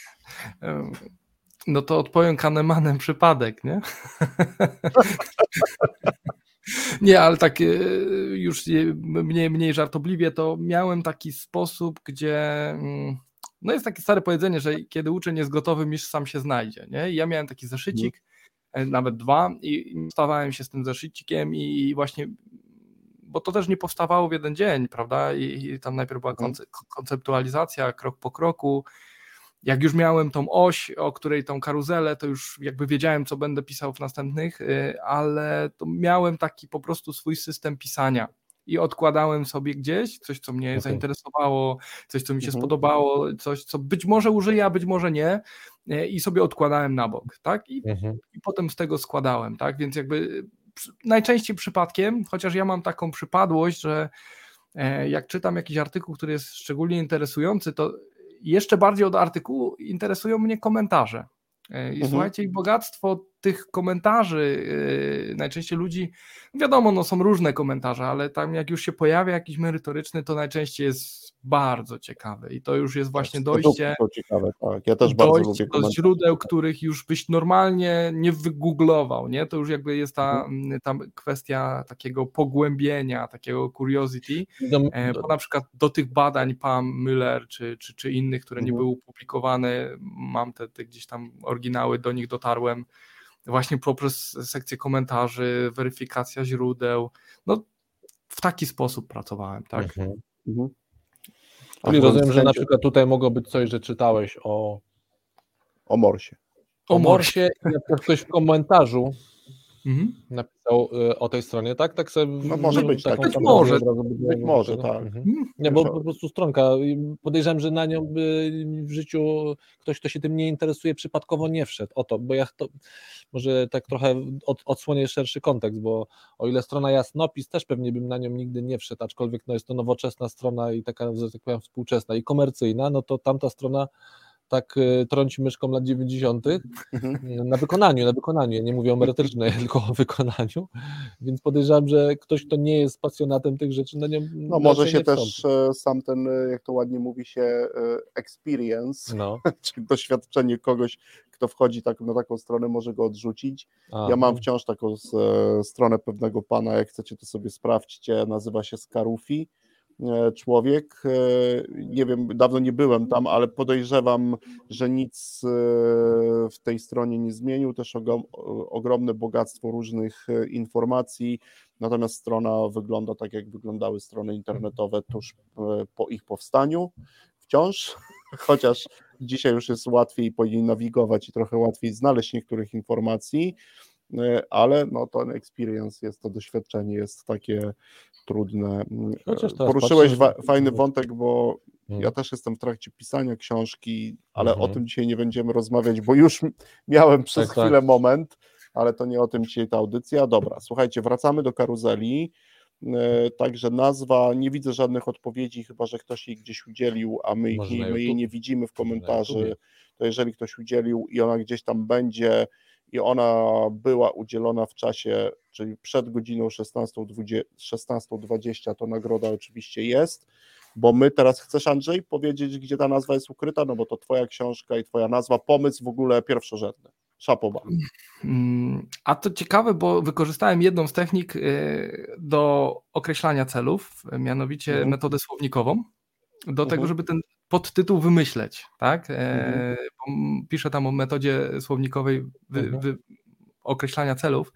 No to odpowiem Kahnemanem przypadek, nie? Nie, ale tak już mniej żartobliwie, to miałem taki sposób, gdzie no jest takie stare powiedzenie, że kiedy uczeń jest gotowy, mistrz sam się znajdzie, nie? I ja miałem taki zeszycik, nawet 2 i stawałem się z tym zeszycikiem i właśnie, bo to też nie powstawało w jeden dzień, prawda? I tam najpierw była konceptualizacja krok po kroku. Jak już miałem tą oś, o której tą karuzelę, to już jakby wiedziałem, co będę pisał w następnych, ale to miałem taki po prostu swój system pisania i odkładałem sobie gdzieś coś, co mnie zainteresowało, coś, co mi się spodobało, coś, co być może użyję, a być może nie, i sobie odkładałem na bok, tak? I potem z tego składałem, tak? Więc jakby najczęściej przypadkiem, chociaż ja mam taką przypadłość, że jak czytam jakiś artykuł, który jest szczególnie interesujący, to jeszcze bardziej od artykułu interesują mnie komentarze. I słuchajcie, i bogactwo tych komentarzy, najczęściej ludzi, wiadomo, no są różne komentarze, ale tam jak już się pojawia jakiś merytoryczny, to najczęściej jest bardzo ciekawe i to już jest właśnie dojście ciekawe, tak. Ja też bardzo lubię do źródeł, których już byś normalnie nie wygooglował, nie? To już jakby jest ta kwestia takiego pogłębienia, takiego curiosity, bo na przykład do tych badań Pam Müller czy innych, które nie były opublikowane, mam te gdzieś tam oryginały, do nich dotarłem właśnie poprzez sekcję komentarzy, weryfikacja źródeł, no w taki sposób pracowałem, tak? Czyli rozumiem, że na przykład tutaj mogło być coś, że czytałeś o Morsie. O Morsie i jak ktoś w komentarzu napisał o tej stronie, tak? Tak sobie może być, tak. Być może, tak. Nie, bo po prostu stronka. Podejrzewam, że na nią by w życiu ktoś, kto się tym nie interesuje, przypadkowo nie wszedł. O to, bo ja to może tak trochę odsłonię szerszy kontekst, bo o ile strona Jasnopis też pewnie bym na nią nigdy nie wszedł, aczkolwiek no jest to nowoczesna strona i taka, że tak powiem, współczesna i komercyjna, no to tamta strona tak trąci myszką lat 90. Na wykonaniu, ja nie mówię o merytorycznej, tylko o wykonaniu, więc podejrzewam, że ktoś, kto nie jest pasjonatem tych rzeczy, na nią no może się też sam ten, jak to ładnie mówi się, experience, czyli doświadczenie kogoś, kto wchodzi na taką stronę, może go odrzucić. Ja mam wciąż taką stronę pewnego pana, jak chcecie to sobie sprawdźcie, nazywa się Skarufi. Człowiek, nie wiem, dawno nie byłem tam, ale podejrzewam, że nic w tej stronie nie zmienił, też ogromne bogactwo różnych informacji, natomiast strona wygląda tak, jak wyglądały strony internetowe tuż po ich powstaniu, wciąż, chociaż dzisiaj już jest łatwiej po niej nawigować i trochę łatwiej znaleźć niektórych informacji, ale no ten experience jest, to doświadczenie jest takie trudne. Poruszyłeś fajny wątek, bo ja też jestem w trakcie pisania książki, ale o tym dzisiaj nie będziemy rozmawiać, bo już miałem przez chwilę moment, ale to nie o tym dzisiaj ta audycja. Dobra, słuchajcie, wracamy do karuzeli. Także nazwa, nie widzę żadnych odpowiedzi, chyba że ktoś jej gdzieś udzielił, a my jej nie widzimy w komentarzy, to jeżeli ktoś udzielił i ona gdzieś tam będzie i ona była udzielona w czasie, czyli przed godziną 16:20, to nagroda oczywiście jest, bo my teraz, chcesz Andrzej powiedzieć, gdzie ta nazwa jest ukryta, no bo to twoja książka i twoja nazwa, pomysł w ogóle pierwszorzędny. Szapoba. A to ciekawe, bo wykorzystałem jedną z technik do określania celów, mianowicie metodę słownikową, do tego, żeby ten podtytuł wymyśleć, tak? Piszę tam o metodzie słownikowej określania celów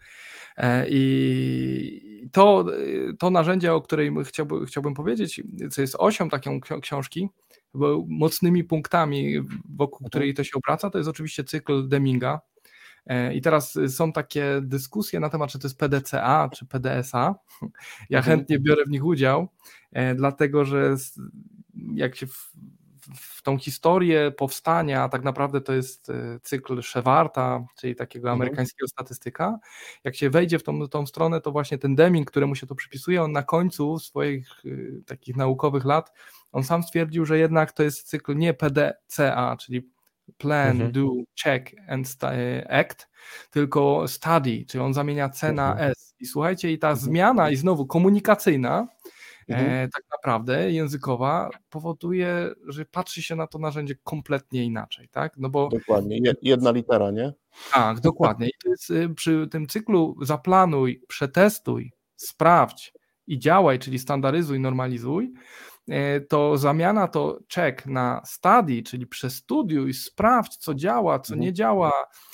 i to narzędzie, o której chciałbym powiedzieć, co jest osią taką książki, bo mocnymi punktami, wokół której to się obraca, to jest oczywiście cykl Deminga. I teraz są takie dyskusje na temat, czy to jest PDCA, czy PDSA. Ja chętnie biorę w nich udział, dlatego że jak się w tą historię powstania, tak naprawdę to jest cykl Shevarta, czyli takiego amerykańskiego statystyka. Jak się wejdzie w tą stronę, to właśnie ten Deming, któremu się to przypisuje, on na końcu swoich takich naukowych lat, on sam stwierdził, że jednak to jest cykl nie PDCA, czyli Plan, Do, Check and Act, tylko Study, czyli on zamienia C na S. I słuchajcie, i ta zmiana i znowu komunikacyjna, tak naprawdę językowa powoduje, że patrzy się na to narzędzie kompletnie inaczej, tak? No bo dokładnie, jedna litera, nie? Tak, dokładnie. I to jest przy tym cyklu zaplanuj, przetestuj, sprawdź i działaj, czyli standaryzuj, normalizuj, to zamiana to check na study, czyli przestudiuj, sprawdź, co działa, co nie działa.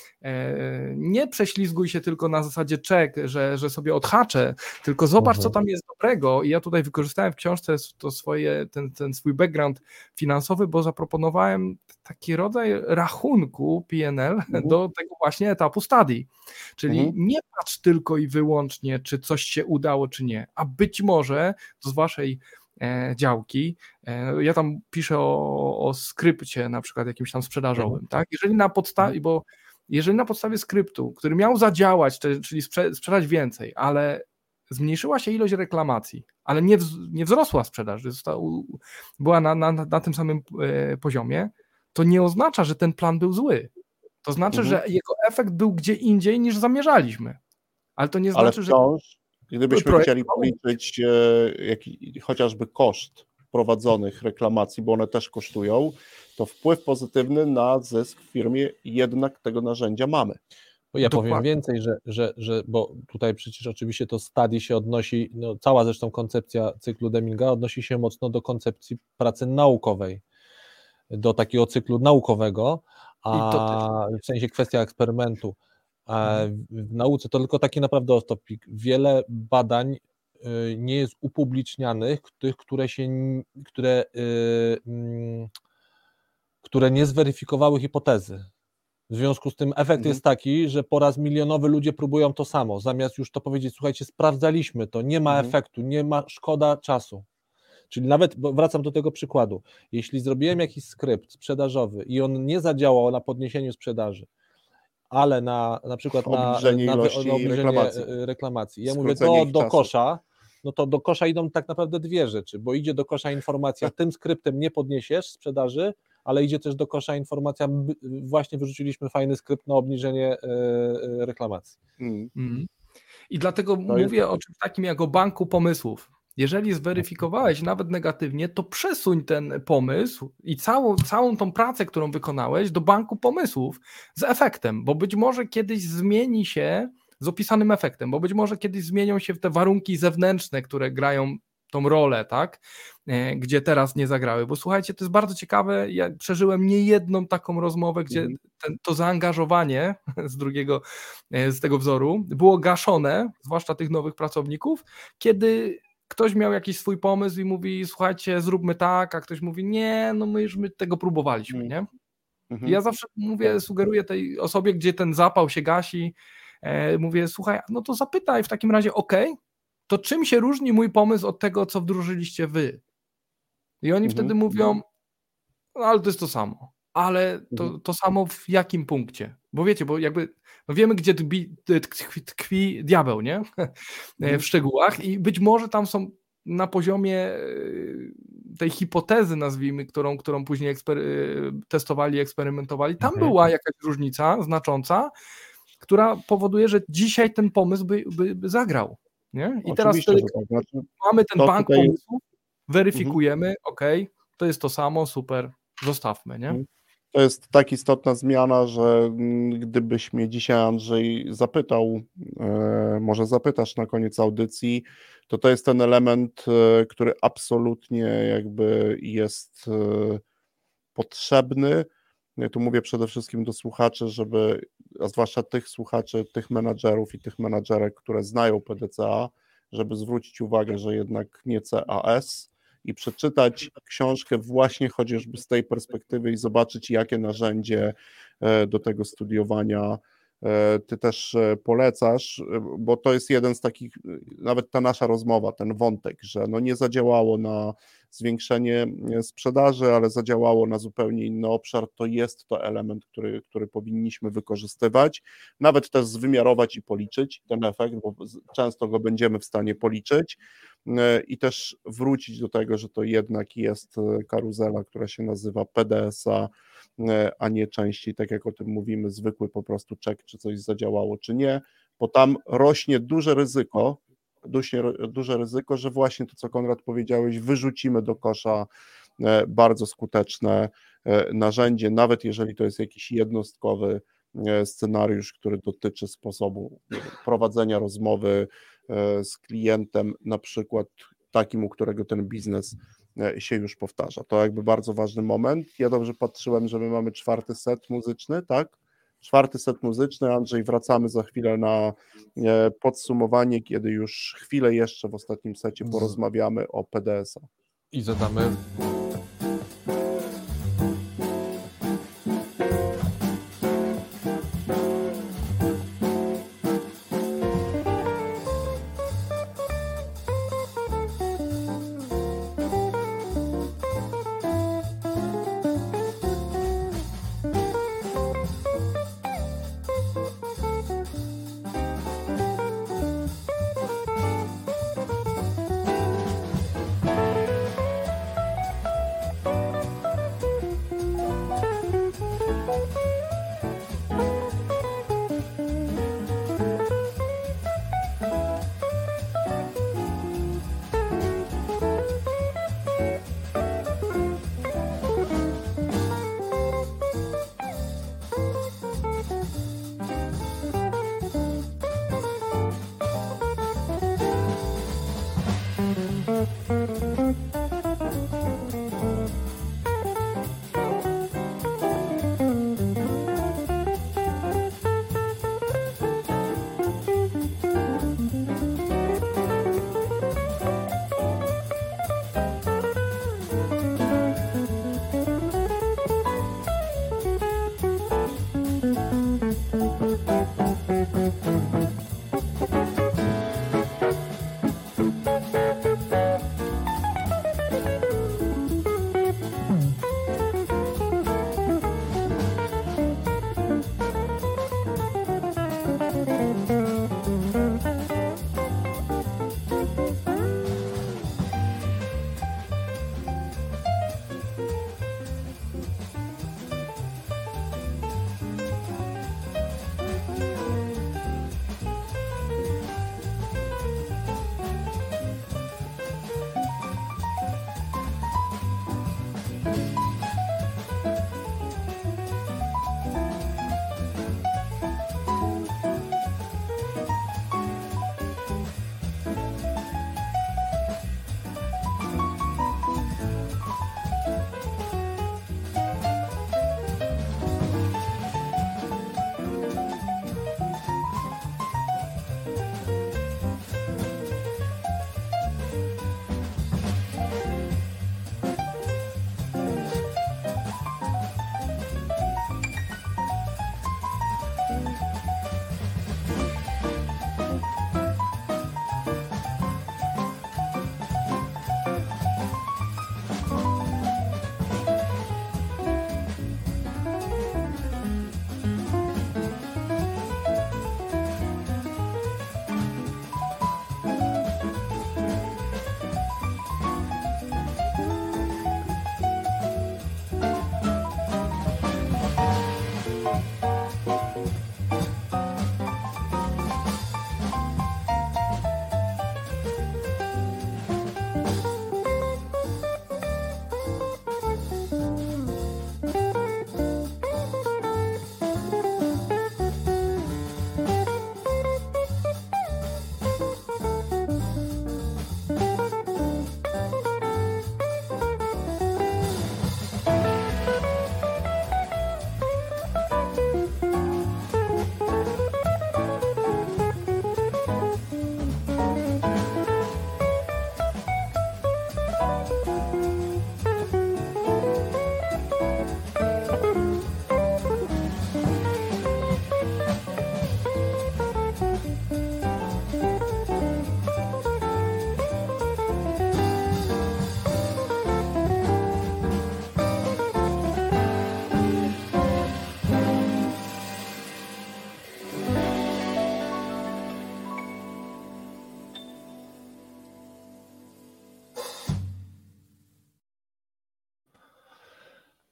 Nie prześlizguj się tylko na zasadzie check, że sobie odhaczę, tylko zobacz, co tam jest dobrego. I ja tutaj wykorzystałem w książce ten swój background finansowy, bo zaproponowałem taki rodzaj rachunku P&L do tego właśnie etapu study. Czyli nie patrz tylko i wyłącznie, czy coś się udało, czy nie, a być może to z waszej działki. Ja tam piszę o skrypcie na przykład jakimś tam sprzedażowym, tak? Jeżeli na podstawie skryptu, który miał zadziałać, czyli sprzedać więcej, ale zmniejszyła się ilość reklamacji, ale nie wzrosła sprzedaż, była na tym samym poziomie, to nie oznacza, że ten plan był zły. To znaczy, że jego efekt był gdzie indziej niż zamierzaliśmy. Ale to nie znaczy, że... Gdybyśmy chcieli policzyć chociażby koszt prowadzonych reklamacji, bo one też kosztują, to wpływ pozytywny na zysk w firmie jednak tego narzędzia mamy. Ja powiem więcej, że bo tutaj przecież oczywiście to study się odnosi, no cała zresztą koncepcja cyklu Deminga odnosi się mocno do koncepcji pracy naukowej, do takiego cyklu naukowego, a w sensie kwestia eksperymentu. W nauce to tylko taki naprawdę off-topic. Wiele badań nie jest upublicznianych, tych, które nie zweryfikowały hipotezy. W związku z tym efekt jest taki, że po raz milionowy ludzie próbują to samo, zamiast już to powiedzieć, słuchajcie, sprawdzaliśmy to, nie ma efektu, nie ma, szkoda czasu. Czyli nawet, bo wracam do tego przykładu, jeśli zrobiłem jakiś skrypt sprzedażowy i on nie zadziałał na podniesieniu sprzedaży, ale na przykład na obniżenie reklamacji. Ja mówię, to do kosza, no to do kosza idą tak naprawdę dwie rzeczy, bo idzie do kosza informacja, tym skryptem nie podniesiesz sprzedaży, ale idzie też do kosza informacja, właśnie wyrzuciliśmy fajny skrypt na obniżenie reklamacji. I dlatego mówię o czymś takim jak o banku pomysłów. Jeżeli zweryfikowałeś nawet negatywnie, to przesuń ten pomysł i całą tą pracę, którą wykonałeś, do banku pomysłów z efektem, bo być może kiedyś zmieni się z opisanym efektem, bo być może kiedyś zmienią się te warunki zewnętrzne, które grają tą rolę, tak, gdzie teraz nie zagrały, bo słuchajcie, to jest bardzo ciekawe, ja przeżyłem niejedną taką rozmowę, gdzie to zaangażowanie z tego wzoru było gaszone, zwłaszcza tych nowych pracowników, kiedy ktoś miał jakiś swój pomysł i mówi, słuchajcie, zróbmy tak, a ktoś mówi, nie, no my tego próbowaliśmy, nie? I ja zawsze mówię, sugeruję tej osobie, gdzie ten zapał się gasi, mówię, słuchaj, no to zapytaj w takim razie, to czym się różni mój pomysł od tego, co wdrożyliście wy? I oni wtedy mówią, no ale to jest to samo. Ale to samo w jakim punkcie? Bo wiecie, bo jakby no wiemy, gdzie tkwi diabeł, nie? W szczegółach i być może tam są na poziomie tej hipotezy, nazwijmy, którą później testowali, eksperymentowali, tam była jakaś różnica znacząca, która powoduje, że dzisiaj ten pomysł by zagrał. Nie? I teraz wtedy mamy ten bank pomysłów, weryfikujemy, to jest to samo, super, zostawmy, nie? To jest tak istotna zmiana, że gdybyś mnie dzisiaj, Andrzej, zapytał, może zapytasz na koniec audycji, to jest ten element, który absolutnie jakby jest potrzebny. Ja tu mówię przede wszystkim do słuchaczy, żeby, a zwłaszcza tych słuchaczy, tych menadżerów i tych menadżerek, które znają PDCA, żeby zwrócić uwagę, że jednak nie CAS i przeczytać książkę właśnie chociażby z tej perspektywy i zobaczyć, jakie narzędzie do tego studiowania ty też polecasz, bo to jest jeden z takich, nawet ta nasza rozmowa, ten wątek, że no nie zadziałało na zwiększenie sprzedaży, ale zadziałało na zupełnie inny obszar, to jest to element, który powinniśmy wykorzystywać, nawet też zwymiarować i policzyć ten efekt, bo często go będziemy w stanie policzyć i też wrócić do tego, że to jednak jest karuzela, która się nazywa PDSA, a nie częściej, tak jak o tym mówimy, zwykły po prostu check, czy coś zadziałało, czy nie, bo tam rośnie duże ryzyko, że właśnie to, co Konrad powiedziałeś, wyrzucimy do kosza bardzo skuteczne narzędzie, nawet jeżeli to jest jakiś jednostkowy scenariusz, który dotyczy sposobu prowadzenia rozmowy z klientem, na przykład takim, u którego ten biznes się już powtarza. To jakby bardzo ważny moment. Ja dobrze patrzyłem, że my mamy 4. set muzyczny, tak? 4. set muzyczny. Andrzej, wracamy za chwilę na podsumowanie, kiedy już chwilę jeszcze w ostatnim secie porozmawiamy o PDSA. I zadamy...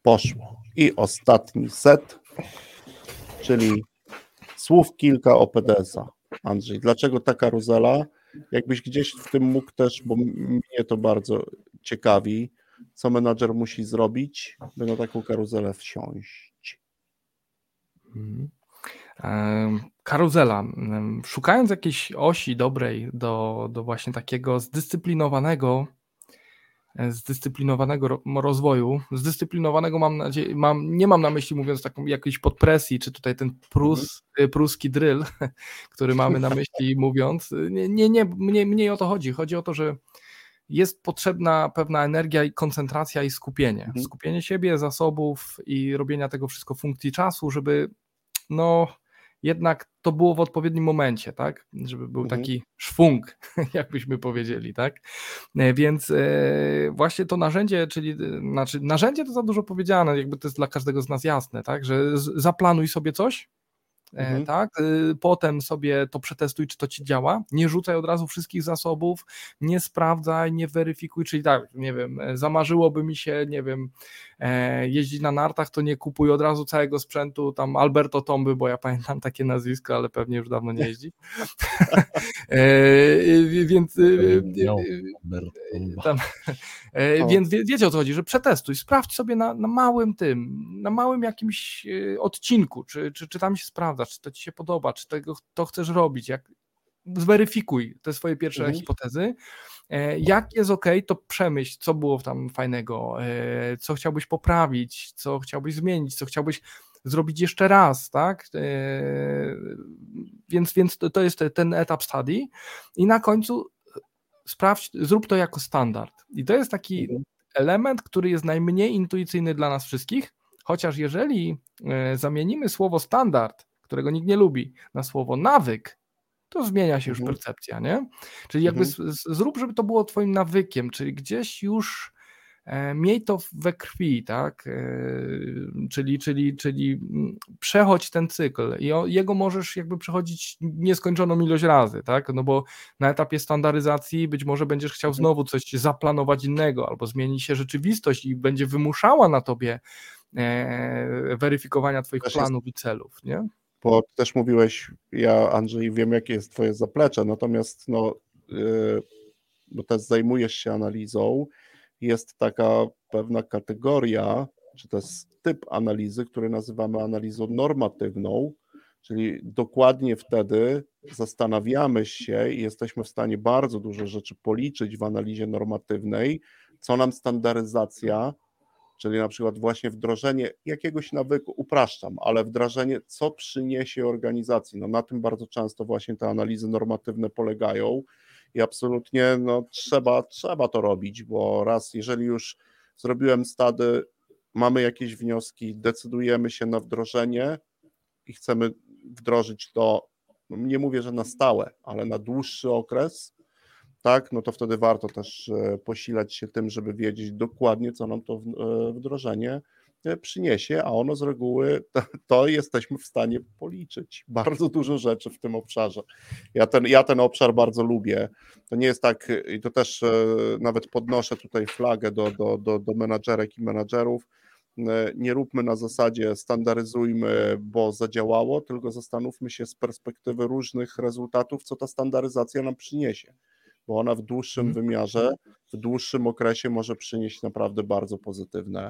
Poszło. I ostatni set, czyli słów kilka o PDS-a. Andrzej, dlaczego ta karuzela? Jakbyś gdzieś w tym mógł też, bo mnie to bardzo ciekawi, co menadżer musi zrobić, by na taką karuzelę wsiąść. Karuzela. Szukając jakiejś osi dobrej do właśnie takiego zdyscyplinowanego rozwoju. Zdyscyplinowanego mam nadzieję, nie mam na myśli, mówiąc taką jakiejś podpresji, czy tutaj ten pruski drill, który mamy na myśli mówiąc. Nie, mniej o to chodzi. Chodzi o to, że jest potrzebna pewna energia i koncentracja i skupienie. Skupienie siebie, zasobów i robienia tego wszystko funkcji czasu, żeby jednak to było w odpowiednim momencie, tak? Żeby był taki szwung, jakbyśmy powiedzieli, tak? Więc właśnie to narzędzie, narzędzie to za dużo powiedziane, jakby to jest dla każdego z nas jasne, tak? Że zaplanuj sobie coś, tak? Potem sobie to przetestuj, czy to ci działa, nie rzucaj od razu wszystkich zasobów, nie sprawdzaj, nie weryfikuj, czyli tak, nie wiem, zamarzyłoby mi się, nie wiem, jeździć na nartach, to nie kupuj od razu całego sprzętu, tam Alberto Tomby, bo ja pamiętam takie nazwisko, ale pewnie już dawno nie jeździ. Więc wiecie o co chodzi, że przetestuj, sprawdź sobie na małym jakimś odcinku, czy tam się sprawdza, czy to ci się podoba, czy to chcesz robić, zweryfikuj te swoje pierwsze hipotezy. Jak jest ok, to przemyśl, co było tam fajnego, co chciałbyś poprawić, co chciałbyś zmienić, co chciałbyś zrobić jeszcze raz, tak? Więc to jest ten etap study i na końcu sprawdź, zrób to jako standard. I to jest taki element, który jest najmniej intuicyjny dla nas wszystkich, chociaż jeżeli zamienimy słowo standard, którego nikt nie lubi, na słowo nawyk, to zmienia się już percepcja, nie? Czyli jakby zrób, żeby to było twoim nawykiem, czyli gdzieś już miej to we krwi, tak? Czyli przechodź ten cykl i jego możesz jakby przechodzić nieskończoną ilość razy, tak? No bo na etapie standaryzacji być może będziesz chciał znowu coś zaplanować innego, albo zmieni się rzeczywistość i będzie wymuszała na tobie weryfikowania twoich planów i celów, nie? Bo też mówiłeś, ja Andrzej wiem jakie jest twoje zaplecze, natomiast bo też zajmujesz się analizą, jest taka pewna kategoria, czy to jest typ analizy, który nazywamy analizą normatywną, czyli dokładnie wtedy zastanawiamy się i jesteśmy w stanie bardzo dużo rzeczy policzyć w analizie normatywnej, co nam standaryzacja, czyli na przykład właśnie wdrożenie jakiegoś nawyku, upraszczam, ale wdrażanie, co przyniesie organizacji. No na tym bardzo często właśnie te analizy normatywne polegają i absolutnie trzeba to robić, bo raz, jeżeli już zrobiłem study, mamy jakieś wnioski, decydujemy się na wdrożenie i chcemy wdrożyć to, nie mówię, że na stałe, ale na dłuższy okres, tak, no to wtedy warto też posilać się tym, żeby wiedzieć dokładnie, co nam to wdrożenie przyniesie, a ono z reguły to jesteśmy w stanie policzyć. Bardzo dużo rzeczy w tym obszarze. Ja ten obszar bardzo lubię. To nie jest tak, i to też nawet podnoszę tutaj flagę do menadżerek i menadżerów, nie róbmy na zasadzie standaryzujmy, bo zadziałało, tylko zastanówmy się z perspektywy różnych rezultatów, co ta standaryzacja nam przyniesie, bo ona w dłuższym wymiarze, w dłuższym okresie może przynieść naprawdę bardzo pozytywne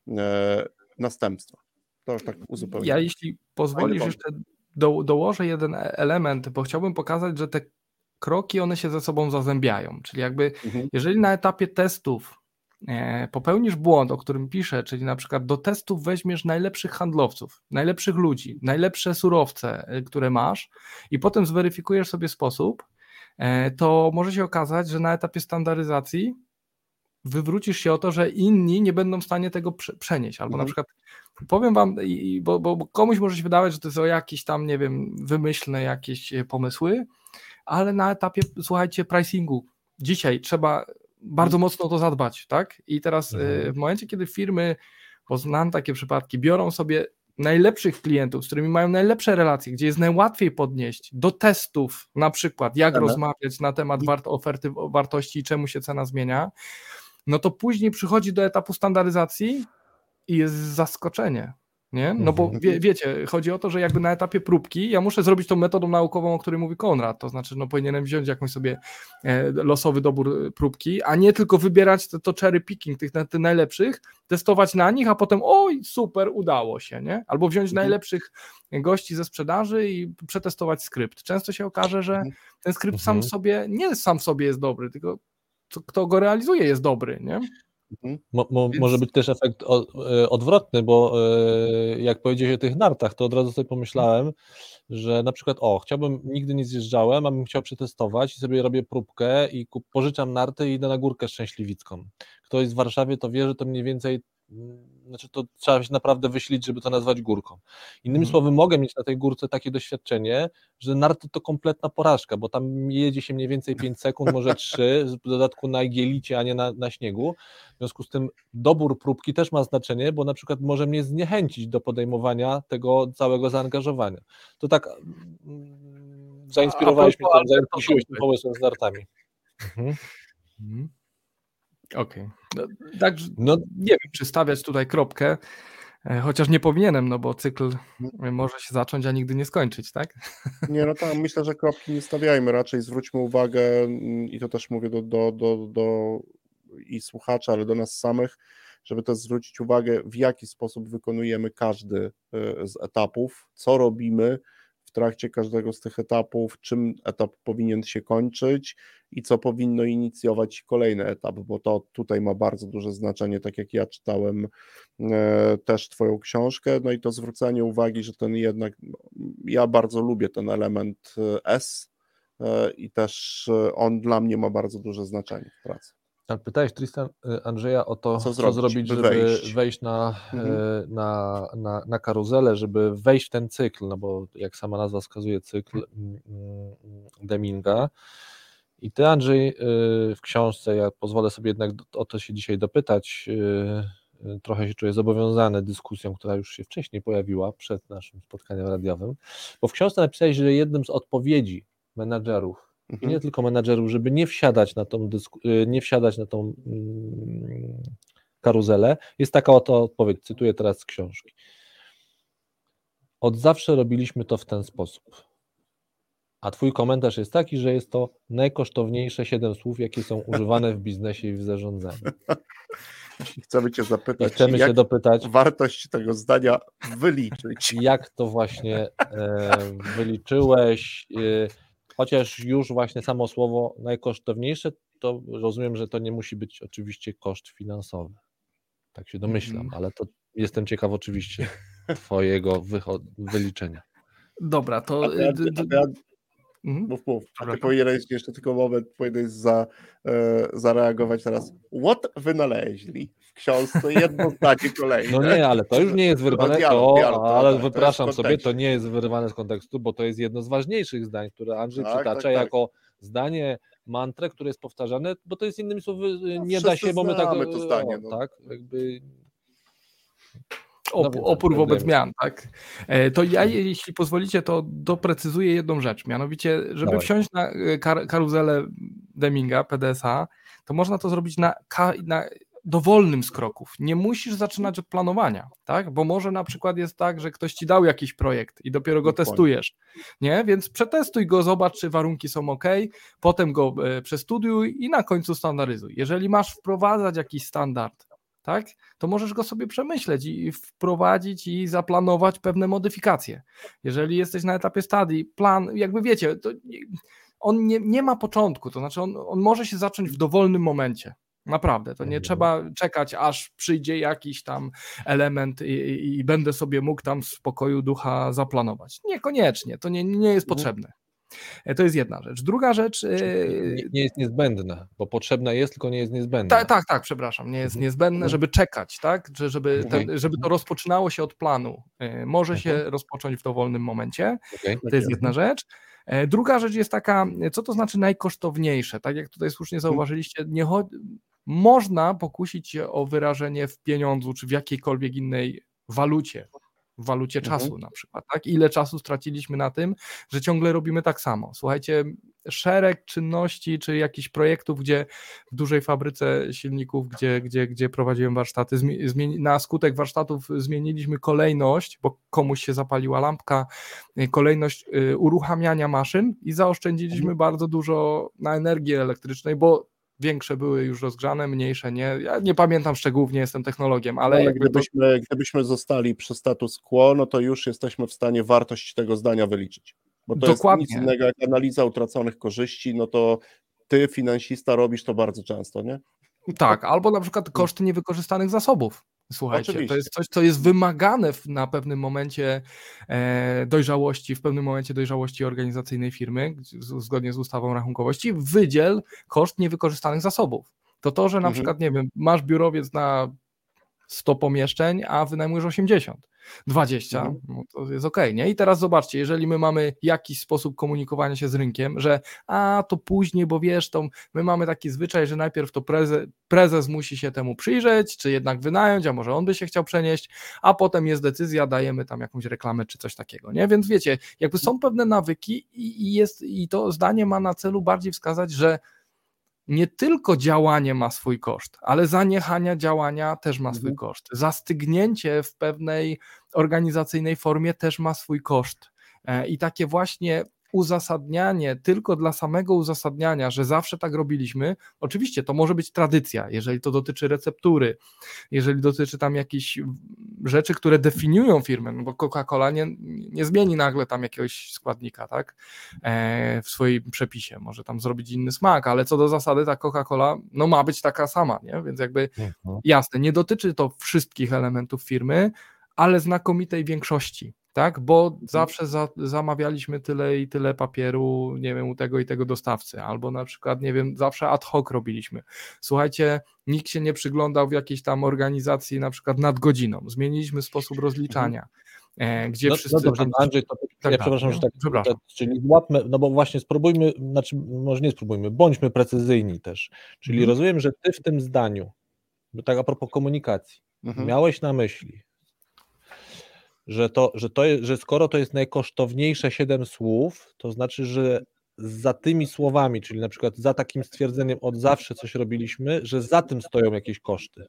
następstwa. To już tak uzupełnię. Ja jeśli pozwolisz jeszcze dołożę jeden element, bo chciałbym pokazać, że te kroki one się ze sobą zazębiają, czyli jakby jeżeli na etapie testów popełnisz błąd, o którym piszę, czyli na przykład do testów weźmiesz najlepszych handlowców, najlepszych ludzi, najlepsze surowce, które masz i potem zweryfikujesz sobie sposób, to może się okazać, że na etapie standaryzacji wywrócisz się o to, że inni nie będą w stanie tego przenieść, albo na przykład powiem wam, bo komuś może się wydawać, że to są jakieś tam, nie wiem, wymyślne jakieś pomysły, ale na etapie, słuchajcie, pricingu dzisiaj trzeba bardzo mocno o to zadbać, tak? I teraz w momencie, kiedy firmy, bo znam takie przypadki, biorą sobie najlepszych klientów, z którymi mają najlepsze relacje, gdzie jest najłatwiej podnieść do testów, na przykład jak rozmawiać na temat oferty, wartości i czemu się cena zmienia, no to później przychodzi do etapu standaryzacji i jest zaskoczenie. Nie? No bo wiecie, chodzi o to, że jakby na etapie próbki ja muszę zrobić tą metodą naukową, o której mówi Konrad, to znaczy powinienem wziąć jakąś sobie losowy dobór próbki, a nie tylko wybierać to cherry picking tych najlepszych, testować na nich, a potem oj super, udało się, nie? Albo wziąć najlepszych gości ze sprzedaży i przetestować skrypt. Często się okaże, że ten skrypt sam w sobie jest dobry, tylko kto go realizuje jest dobry, nie? Może być też efekt odwrotny, bo jak powiedziałeś o tych nartach, to od razu sobie pomyślałem, że na przykład nigdy nie zjeżdżałem, a bym chciał przetestować i sobie robię próbkę i pożyczam narty i idę na Górkę Szczęśliwicką. Kto jest w Warszawie, to wie, że to mniej więcej, znaczy to trzeba się naprawdę wyślić, żeby to nazwać górką. Innymi słowy, mogę mieć na tej górce takie doświadczenie, że narty to kompletna porażka, bo tam jedzie się mniej więcej 5 sekund, może 3, w dodatku na igielicie, a nie na śniegu. W związku z tym dobór próbki też ma znaczenie, bo na przykład może mnie zniechęcić do podejmowania tego całego zaangażowania. To tak zainspirowałeś mnie tym pomysłem z nartami. Okej. Także nie wiem, czy stawiać tutaj kropkę, chociaż nie powinienem, no bo cykl może się zacząć, a nigdy nie skończyć, tak? Nie, no tam myślę, że kropki nie stawiajmy, raczej zwróćmy uwagę i to też mówię do i słuchaczy, ale do nas samych, żeby też zwrócić uwagę, w jaki sposób wykonujemy każdy z etapów, co robimy w trakcie każdego z tych etapów, czym etap powinien się kończyć i co powinno inicjować kolejny etap, bo to tutaj ma bardzo duże znaczenie, tak jak ja czytałem też Twoją książkę, no i to zwrócenie uwagi, że ten jednak, ja bardzo lubię ten element S i też on dla mnie ma bardzo duże znaczenie w pracy. Ale pytałeś, Tristan, Andrzeja o to, co zrobić, żeby wejść na karuzelę, żeby wejść w ten cykl, no bo jak sama nazwa wskazuje, cykl Deminga. I ty, Andrzej, w książce, ja pozwolę sobie jednak o to się dzisiaj dopytać, trochę się czuję zobowiązany dyskusją, która już się wcześniej pojawiła przed naszym spotkaniem radiowym, bo w książce napisałeś, że jednym z odpowiedzi menadżerów, i nie tylko menadżerów, żeby nie wsiadać na tą karuzelę, jest taka oto odpowiedź, cytuję teraz z książki. Od zawsze robiliśmy to w ten sposób. A twój komentarz jest taki, że jest to najkosztowniejsze 7 słów, jakie są używane w biznesie i w zarządzaniu. Chcemy cię zapytać, chcemy się dopytać, wartość tego zdania wyliczyć. Jak to właśnie wyliczyłeś? Chociaż już właśnie samo słowo najkosztowniejsze, to rozumiem, że to nie musi być oczywiście koszt finansowy. Tak się domyślam, ale to jestem ciekaw oczywiście twojego wyliczenia. Dobra, to... Mów. A ty powinieneś jeszcze tylko moment, powinieneś zareagować teraz. What wynaleźli w książce? Jedno zdanie kolejne. No nie, ale to już nie jest wyrwane, ale wypraszam sobie, to nie jest wyrwane z kontekstu, bo to jest jedno z ważniejszych zdań, które Andrzej przytacza jako zdanie, mantrę, które jest powtarzane, bo to jest innymi słowy, nie da się, bo my tak... to zdanie, tak, jakby... Opór wobec zmian, tak? To ja, jeśli pozwolicie, to doprecyzuję jedną rzecz, mianowicie, żeby wsiąść na karuzelę Deminga, PDSA, to można to zrobić na dowolnym z kroków. Nie musisz zaczynać od planowania, tak? Bo może na przykład jest tak, że ktoś ci dał jakiś projekt i dopiero go testujesz, nie? Więc przetestuj go, zobacz, czy warunki są ok, potem go przestudiuj i na końcu standaryzuj. Jeżeli masz wprowadzać jakiś standard, tak, to możesz go sobie przemyśleć i wprowadzić i zaplanować pewne modyfikacje. Jeżeli jesteś na etapie study, plan, jakby wiecie, to on nie ma początku, to znaczy on może się zacząć w dowolnym momencie. Naprawdę, to nie trzeba czekać, aż przyjdzie jakiś tam element i będę sobie mógł tam w spokoju ducha zaplanować. Niekoniecznie, to nie jest potrzebne. To jest jedna rzecz. Druga rzecz... Nie jest niezbędna, bo potrzebna jest, tylko nie jest niezbędna. Tak, przepraszam, nie jest niezbędne, żeby czekać, tak? Żeby to rozpoczynało się od planu. Może się rozpocząć w dowolnym momencie. To jest jedna rzecz. Druga rzecz jest taka, co to znaczy najkosztowniejsze? Tak jak tutaj słusznie zauważyliście, można pokusić się o wyrażenie w pieniądzu, czy w jakiejkolwiek innej walucie. w walucie czasu na przykład, tak? Ile czasu straciliśmy na tym, że ciągle robimy tak samo. Słuchajcie, szereg czynności, czy jakichś projektów, gdzie w dużej fabryce silników, gdzie prowadziłem warsztaty, na skutek warsztatów zmieniliśmy kolejność, bo komuś się zapaliła lampka, kolejność uruchamiania maszyn i zaoszczędziliśmy bardzo dużo na energii elektrycznej, bo większe były już rozgrzane, mniejsze nie. Ja nie pamiętam szczegółów, nie jestem technologiem, ale gdybyśmy zostali przy status quo, no to już jesteśmy w stanie wartość tego zdania wyliczyć. Bo to Dokładnie. jest nic innego jak analiza utraconych korzyści, no to ty, finansista, robisz to bardzo często, nie? Tak, albo na przykład koszty niewykorzystanych zasobów. Słuchajcie, Oczywiście. To jest coś, co jest wymagane na pewnym momencie dojrzałości, w pewnym momencie dojrzałości organizacyjnej firmy, zgodnie z ustawą rachunkowości, wydziel koszt niewykorzystanych zasobów. To, że na przykład, nie wiem, masz biurowiec na 100 pomieszczeń, a wynajmujesz 80, 20, no to jest okej, nie? I teraz zobaczcie, jeżeli my mamy jakiś sposób komunikowania się z rynkiem, że to później, bo wiesz, to my mamy taki zwyczaj, że najpierw to prezes musi się temu przyjrzeć, czy jednak wynająć, a może on by się chciał przenieść, a potem jest decyzja, dajemy tam jakąś reklamę, czy coś takiego, nie? Więc wiecie, jakby są pewne nawyki i to zdanie ma na celu bardziej wskazać, że nie tylko działanie ma swój koszt, ale zaniechania działania też ma swój koszt. Zastygnięcie w pewnej organizacyjnej formie też ma swój koszt. I takie właśnie uzasadnianie tylko dla samego uzasadniania, że zawsze tak robiliśmy, oczywiście to może być tradycja, jeżeli to dotyczy receptury, jeżeli dotyczy tam jakichś rzeczy, które definiują firmę, no bo Coca-Cola nie zmieni nagle tam jakiegoś składnika, tak, w swoim przepisie, może tam zrobić inny smak, ale co do zasady ta Coca-Cola no ma być taka sama, nie? Więc jakby jasne, nie dotyczy to wszystkich elementów firmy, ale znakomitej większości. Tak, bo zawsze zamawialiśmy tyle i tyle papieru, nie wiem, u tego i tego dostawcy, albo na przykład, nie wiem, zawsze ad hoc robiliśmy. Słuchajcie, nikt się nie przyglądał w jakiejś tam organizacji na przykład nadgodzinom, zmieniliśmy sposób rozliczania, gdzie wszyscy... No dobrze, Andrzej, to ja przepraszam, że tak, czyli złapmy, no bo właśnie spróbujmy, znaczy może nie spróbujmy, bądźmy precyzyjni też, czyli rozumiem, że ty w tym zdaniu, bo tak a propos komunikacji, miałeś na myśli, że skoro to jest najkosztowniejsze 7 słów, to znaczy, że za tymi słowami, czyli na przykład za takim stwierdzeniem od zawsze coś robiliśmy, że za tym stoją jakieś koszty.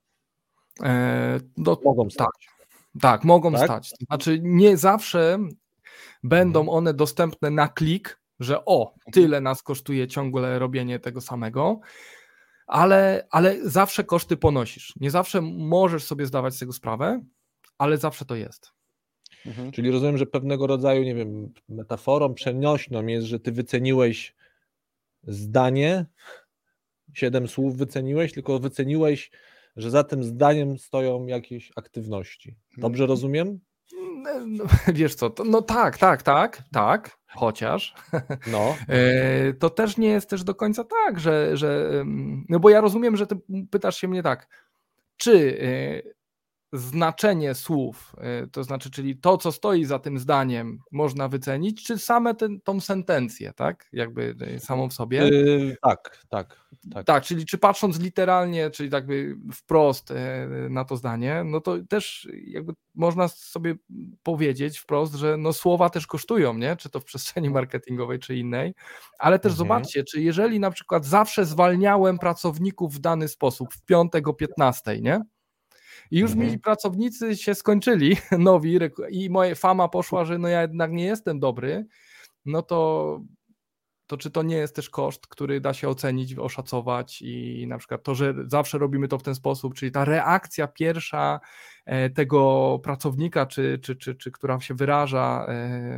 Mogą stać. Tak, mogą stać. To znaczy nie zawsze będą one dostępne na klik, że tyle nas kosztuje ciągle robienie tego samego, ale zawsze koszty ponosisz. Nie zawsze możesz sobie zdawać z tego sprawę, ale zawsze to jest. Czyli rozumiem, że pewnego rodzaju, nie wiem, metaforą przenośną jest, że ty wyceniłeś zdanie, 7 słów wyceniłeś, tylko wyceniłeś, że za tym zdaniem stoją jakieś aktywności. Dobrze rozumiem? No, wiesz co, no tak, chociaż to też nie jest też do końca tak, że no bo ja rozumiem, że ty pytasz się mnie tak, czy znaczenie słów, to znaczy, czyli to, co stoi za tym zdaniem, można wycenić, czy same tą sentencję, tak? Jakby samą w sobie? Tak, czyli czy patrząc literalnie, czyli jakby wprost na to zdanie, no to też jakby można sobie powiedzieć wprost, że no słowa też kosztują, nie? Czy to w przestrzeni marketingowej, czy innej, ale też zobaczcie, czy jeżeli na przykład zawsze zwalniałem pracowników w dany sposób, w piątek o 15, nie? I już mi pracownicy się skończyli, nowi, i moja fama poszła, że no ja jednak nie jestem dobry, no to czy to nie jest też koszt, który da się ocenić, oszacować i na przykład to, że zawsze robimy to w ten sposób, czyli ta reakcja pierwsza tego pracownika, czy która się wyraża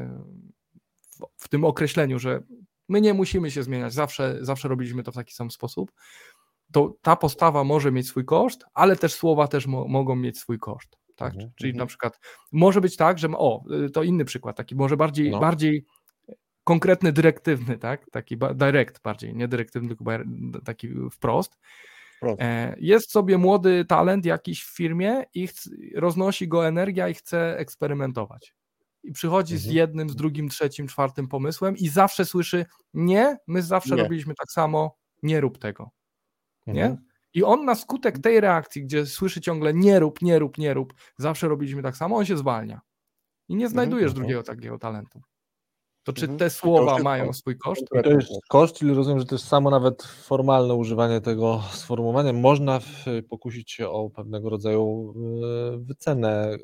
w tym określeniu, że my nie musimy się zmieniać, zawsze robiliśmy to w taki sam sposób, to ta postawa może mieć swój koszt, ale też słowa też mogą mieć swój koszt. Tak? Czyli na przykład może być tak, że to inny przykład, taki może bardziej konkretny, dyrektywny, tak? Taki direct bardziej, nie dyrektywny, tylko taki wprost. Jest sobie młody talent jakiś w firmie i roznosi go energia i chce eksperymentować. I przychodzi z jednym, z drugim, trzecim, czwartym pomysłem i zawsze słyszy, nie, my zawsze robiliśmy tak samo, nie rób tego. Nie? I on na skutek tej reakcji, gdzie słyszy ciągle nie rób, zawsze robiliśmy tak samo, on się zwalnia. i nie znajdujesz drugiego takiego talentu. To czy te słowa mają swój koszt? To jest koszt, czyli rozumiem, że to jest samo nawet formalne używanie tego sformułowania. Można pokusić się o pewnego rodzaju wycenę.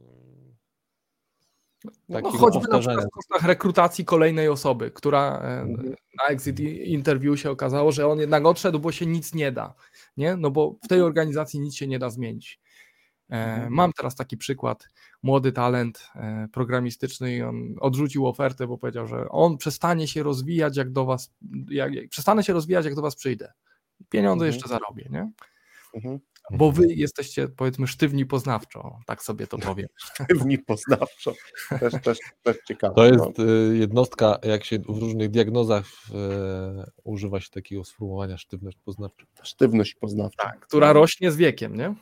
Choćby na przykład w kosztach rekrutacji kolejnej osoby, która na exit interview się okazało, że on jednak odszedł, bo się nic nie da, nie? No bo w tej organizacji nic się nie da zmienić. Mam teraz taki przykład, młody talent programistyczny i on odrzucił ofertę, bo powiedział, że on przestanie się rozwijać, jak do was przyjdę. Pieniądze jeszcze zarobię, nie? Bo wy jesteście, powiedzmy, sztywni poznawczo, tak sobie to powiem. Sztywni poznawczo, też ciekawe. To jest jednostka, jak się w różnych diagnozach używa się takiego sformułowania sztywność poznawcza. Sztywność poznawcza. Tak, która rośnie z wiekiem, nie?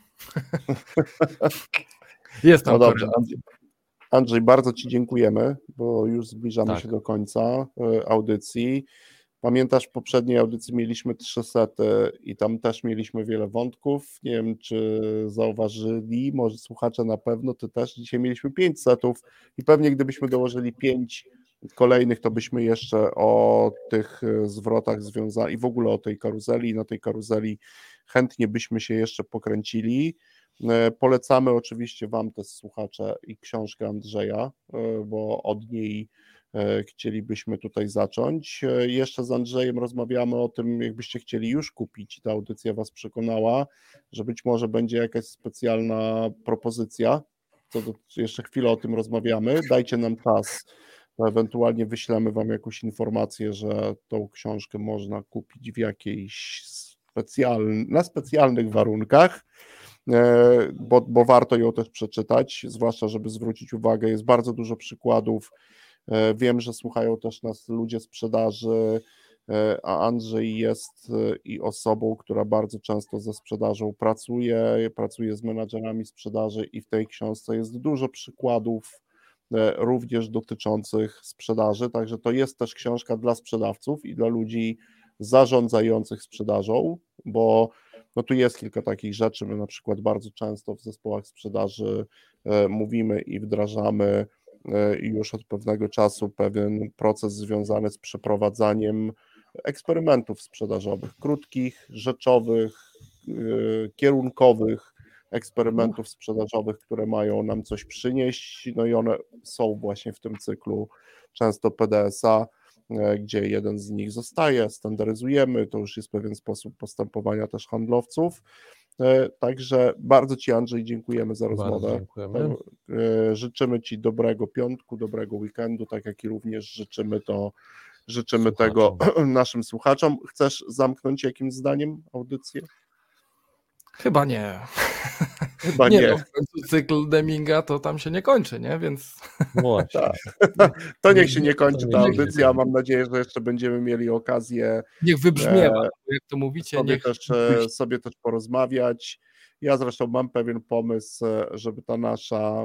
Jest tam. No dobrze, Andrzej, bardzo Ci dziękujemy, bo już zbliżamy się do końca audycji. Pamiętasz, w poprzedniej audycji mieliśmy 3 sety i tam też mieliśmy wiele wątków. Nie wiem, czy zauważyli, może słuchacze na pewno, ty też. Dzisiaj mieliśmy 5 setów i pewnie gdybyśmy dołożyli 5 kolejnych, to byśmy jeszcze o tych zwrotach związali i w ogóle o tej karuzeli. Na tej karuzeli chętnie byśmy się jeszcze pokręcili. Polecamy oczywiście Wam też, słuchacze, i książkę Andrzeja, bo od niej chcielibyśmy tutaj zacząć. Jeszcze z Andrzejem rozmawiamy o tym, jakbyście chcieli już kupić, ta audycja Was przekonała, że być może będzie jakaś specjalna propozycja, jeszcze chwilę o tym rozmawiamy, dajcie nam czas, to ewentualnie wyślemy Wam jakąś informację, że tą książkę można kupić w jakiejś na specjalnych warunkach, bo warto ją też przeczytać, zwłaszcza żeby zwrócić uwagę, jest bardzo dużo przykładów. Wiem, że słuchają też nas ludzie sprzedaży, a Andrzej jest i osobą, która bardzo często ze sprzedażą pracuje z menadżerami sprzedaży i w tej książce jest dużo przykładów również dotyczących sprzedaży, także to jest też książka dla sprzedawców i dla ludzi zarządzających sprzedażą, bo no tu jest kilka takich rzeczy, my na przykład bardzo często w zespołach sprzedaży mówimy i wdrażamy już od pewnego czasu pewien proces związany z przeprowadzaniem eksperymentów sprzedażowych, krótkich, rzeczowych, kierunkowych eksperymentów sprzedażowych, które mają nam coś przynieść, no i one są właśnie w tym cyklu często PDS-a, gdzie jeden z nich zostaje, standaryzujemy, to już jest pewien sposób postępowania też handlowców. Także bardzo Ci, Andrzej, dziękujemy za rozmowę. Dziękujemy. Życzymy Ci dobrego piątku, dobrego weekendu, tak jak i również życzymy tego naszym słuchaczom. Chcesz zamknąć jakimś zdaniem audycję? Chyba nie. Chyba nie. No, w końcu cykl Deminga to tam się nie kończy, nie? Więc tak. To niech się nie kończy ta audycja. Mam nadzieję, że jeszcze będziemy mieli okazję. Niech wybrzmiewa, jak to mówicie. Sobie też porozmawiać. Ja zresztą mam pewien pomysł, żeby ta nasza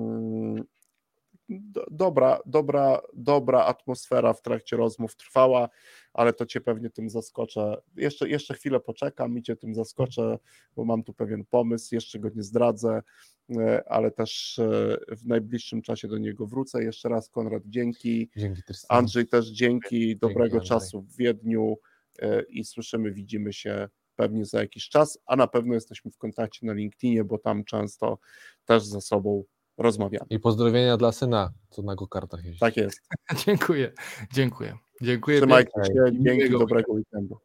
dobra atmosfera w trakcie rozmów trwała, ale to Cię pewnie tym zaskoczę. Jeszcze chwilę poczekam i Cię tym zaskoczę, bo mam tu pewien pomysł, jeszcze go nie zdradzę, ale też w najbliższym czasie do niego wrócę. Jeszcze raz, Konrad, dzięki. Andrzej też dzięki. Dobrego czasu w Wiedniu i widzimy się pewnie za jakiś czas, a na pewno jesteśmy w kontakcie na LinkedInie, bo tam często też ze sobą rozmawiamy. I pozdrowienia dla syna, co na go-kartach jeździ. Tak jest. Dziękuję. Trzymajcie się, dzięki, dobrego weekendu.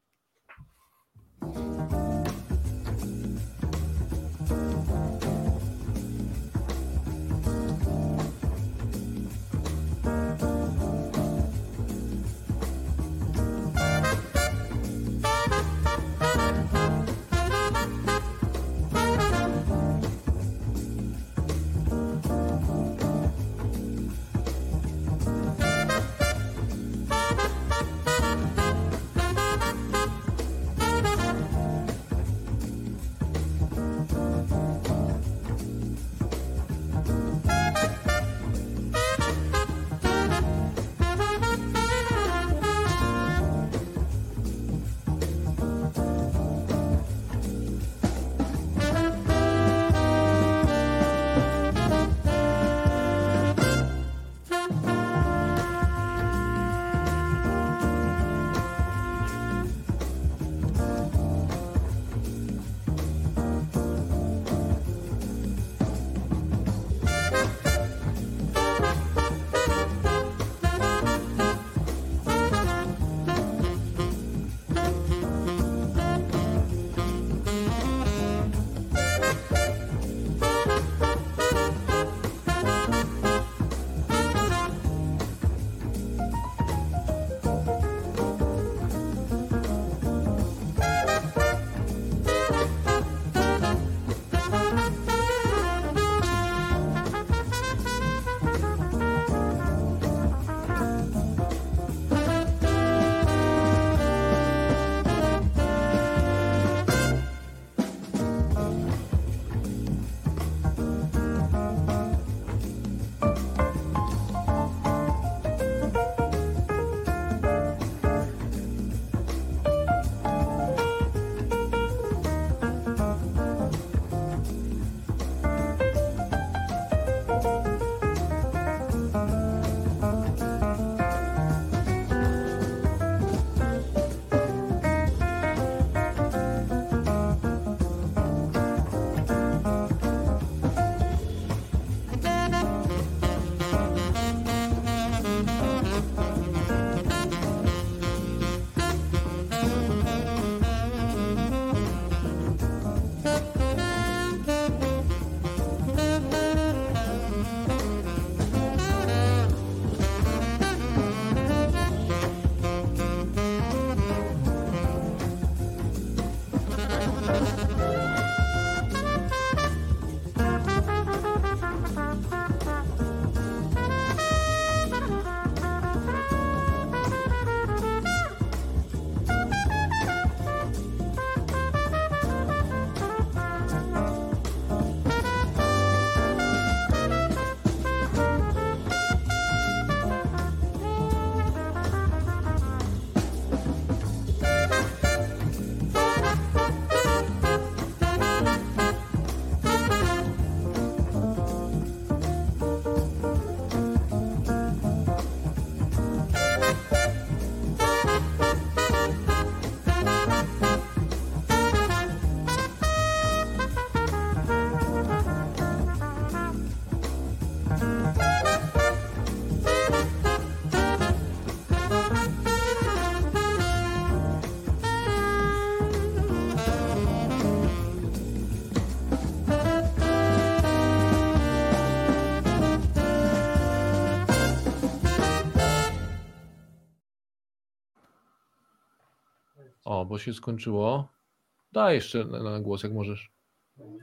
O, bo się skończyło. Daj jeszcze na głos, jak możesz.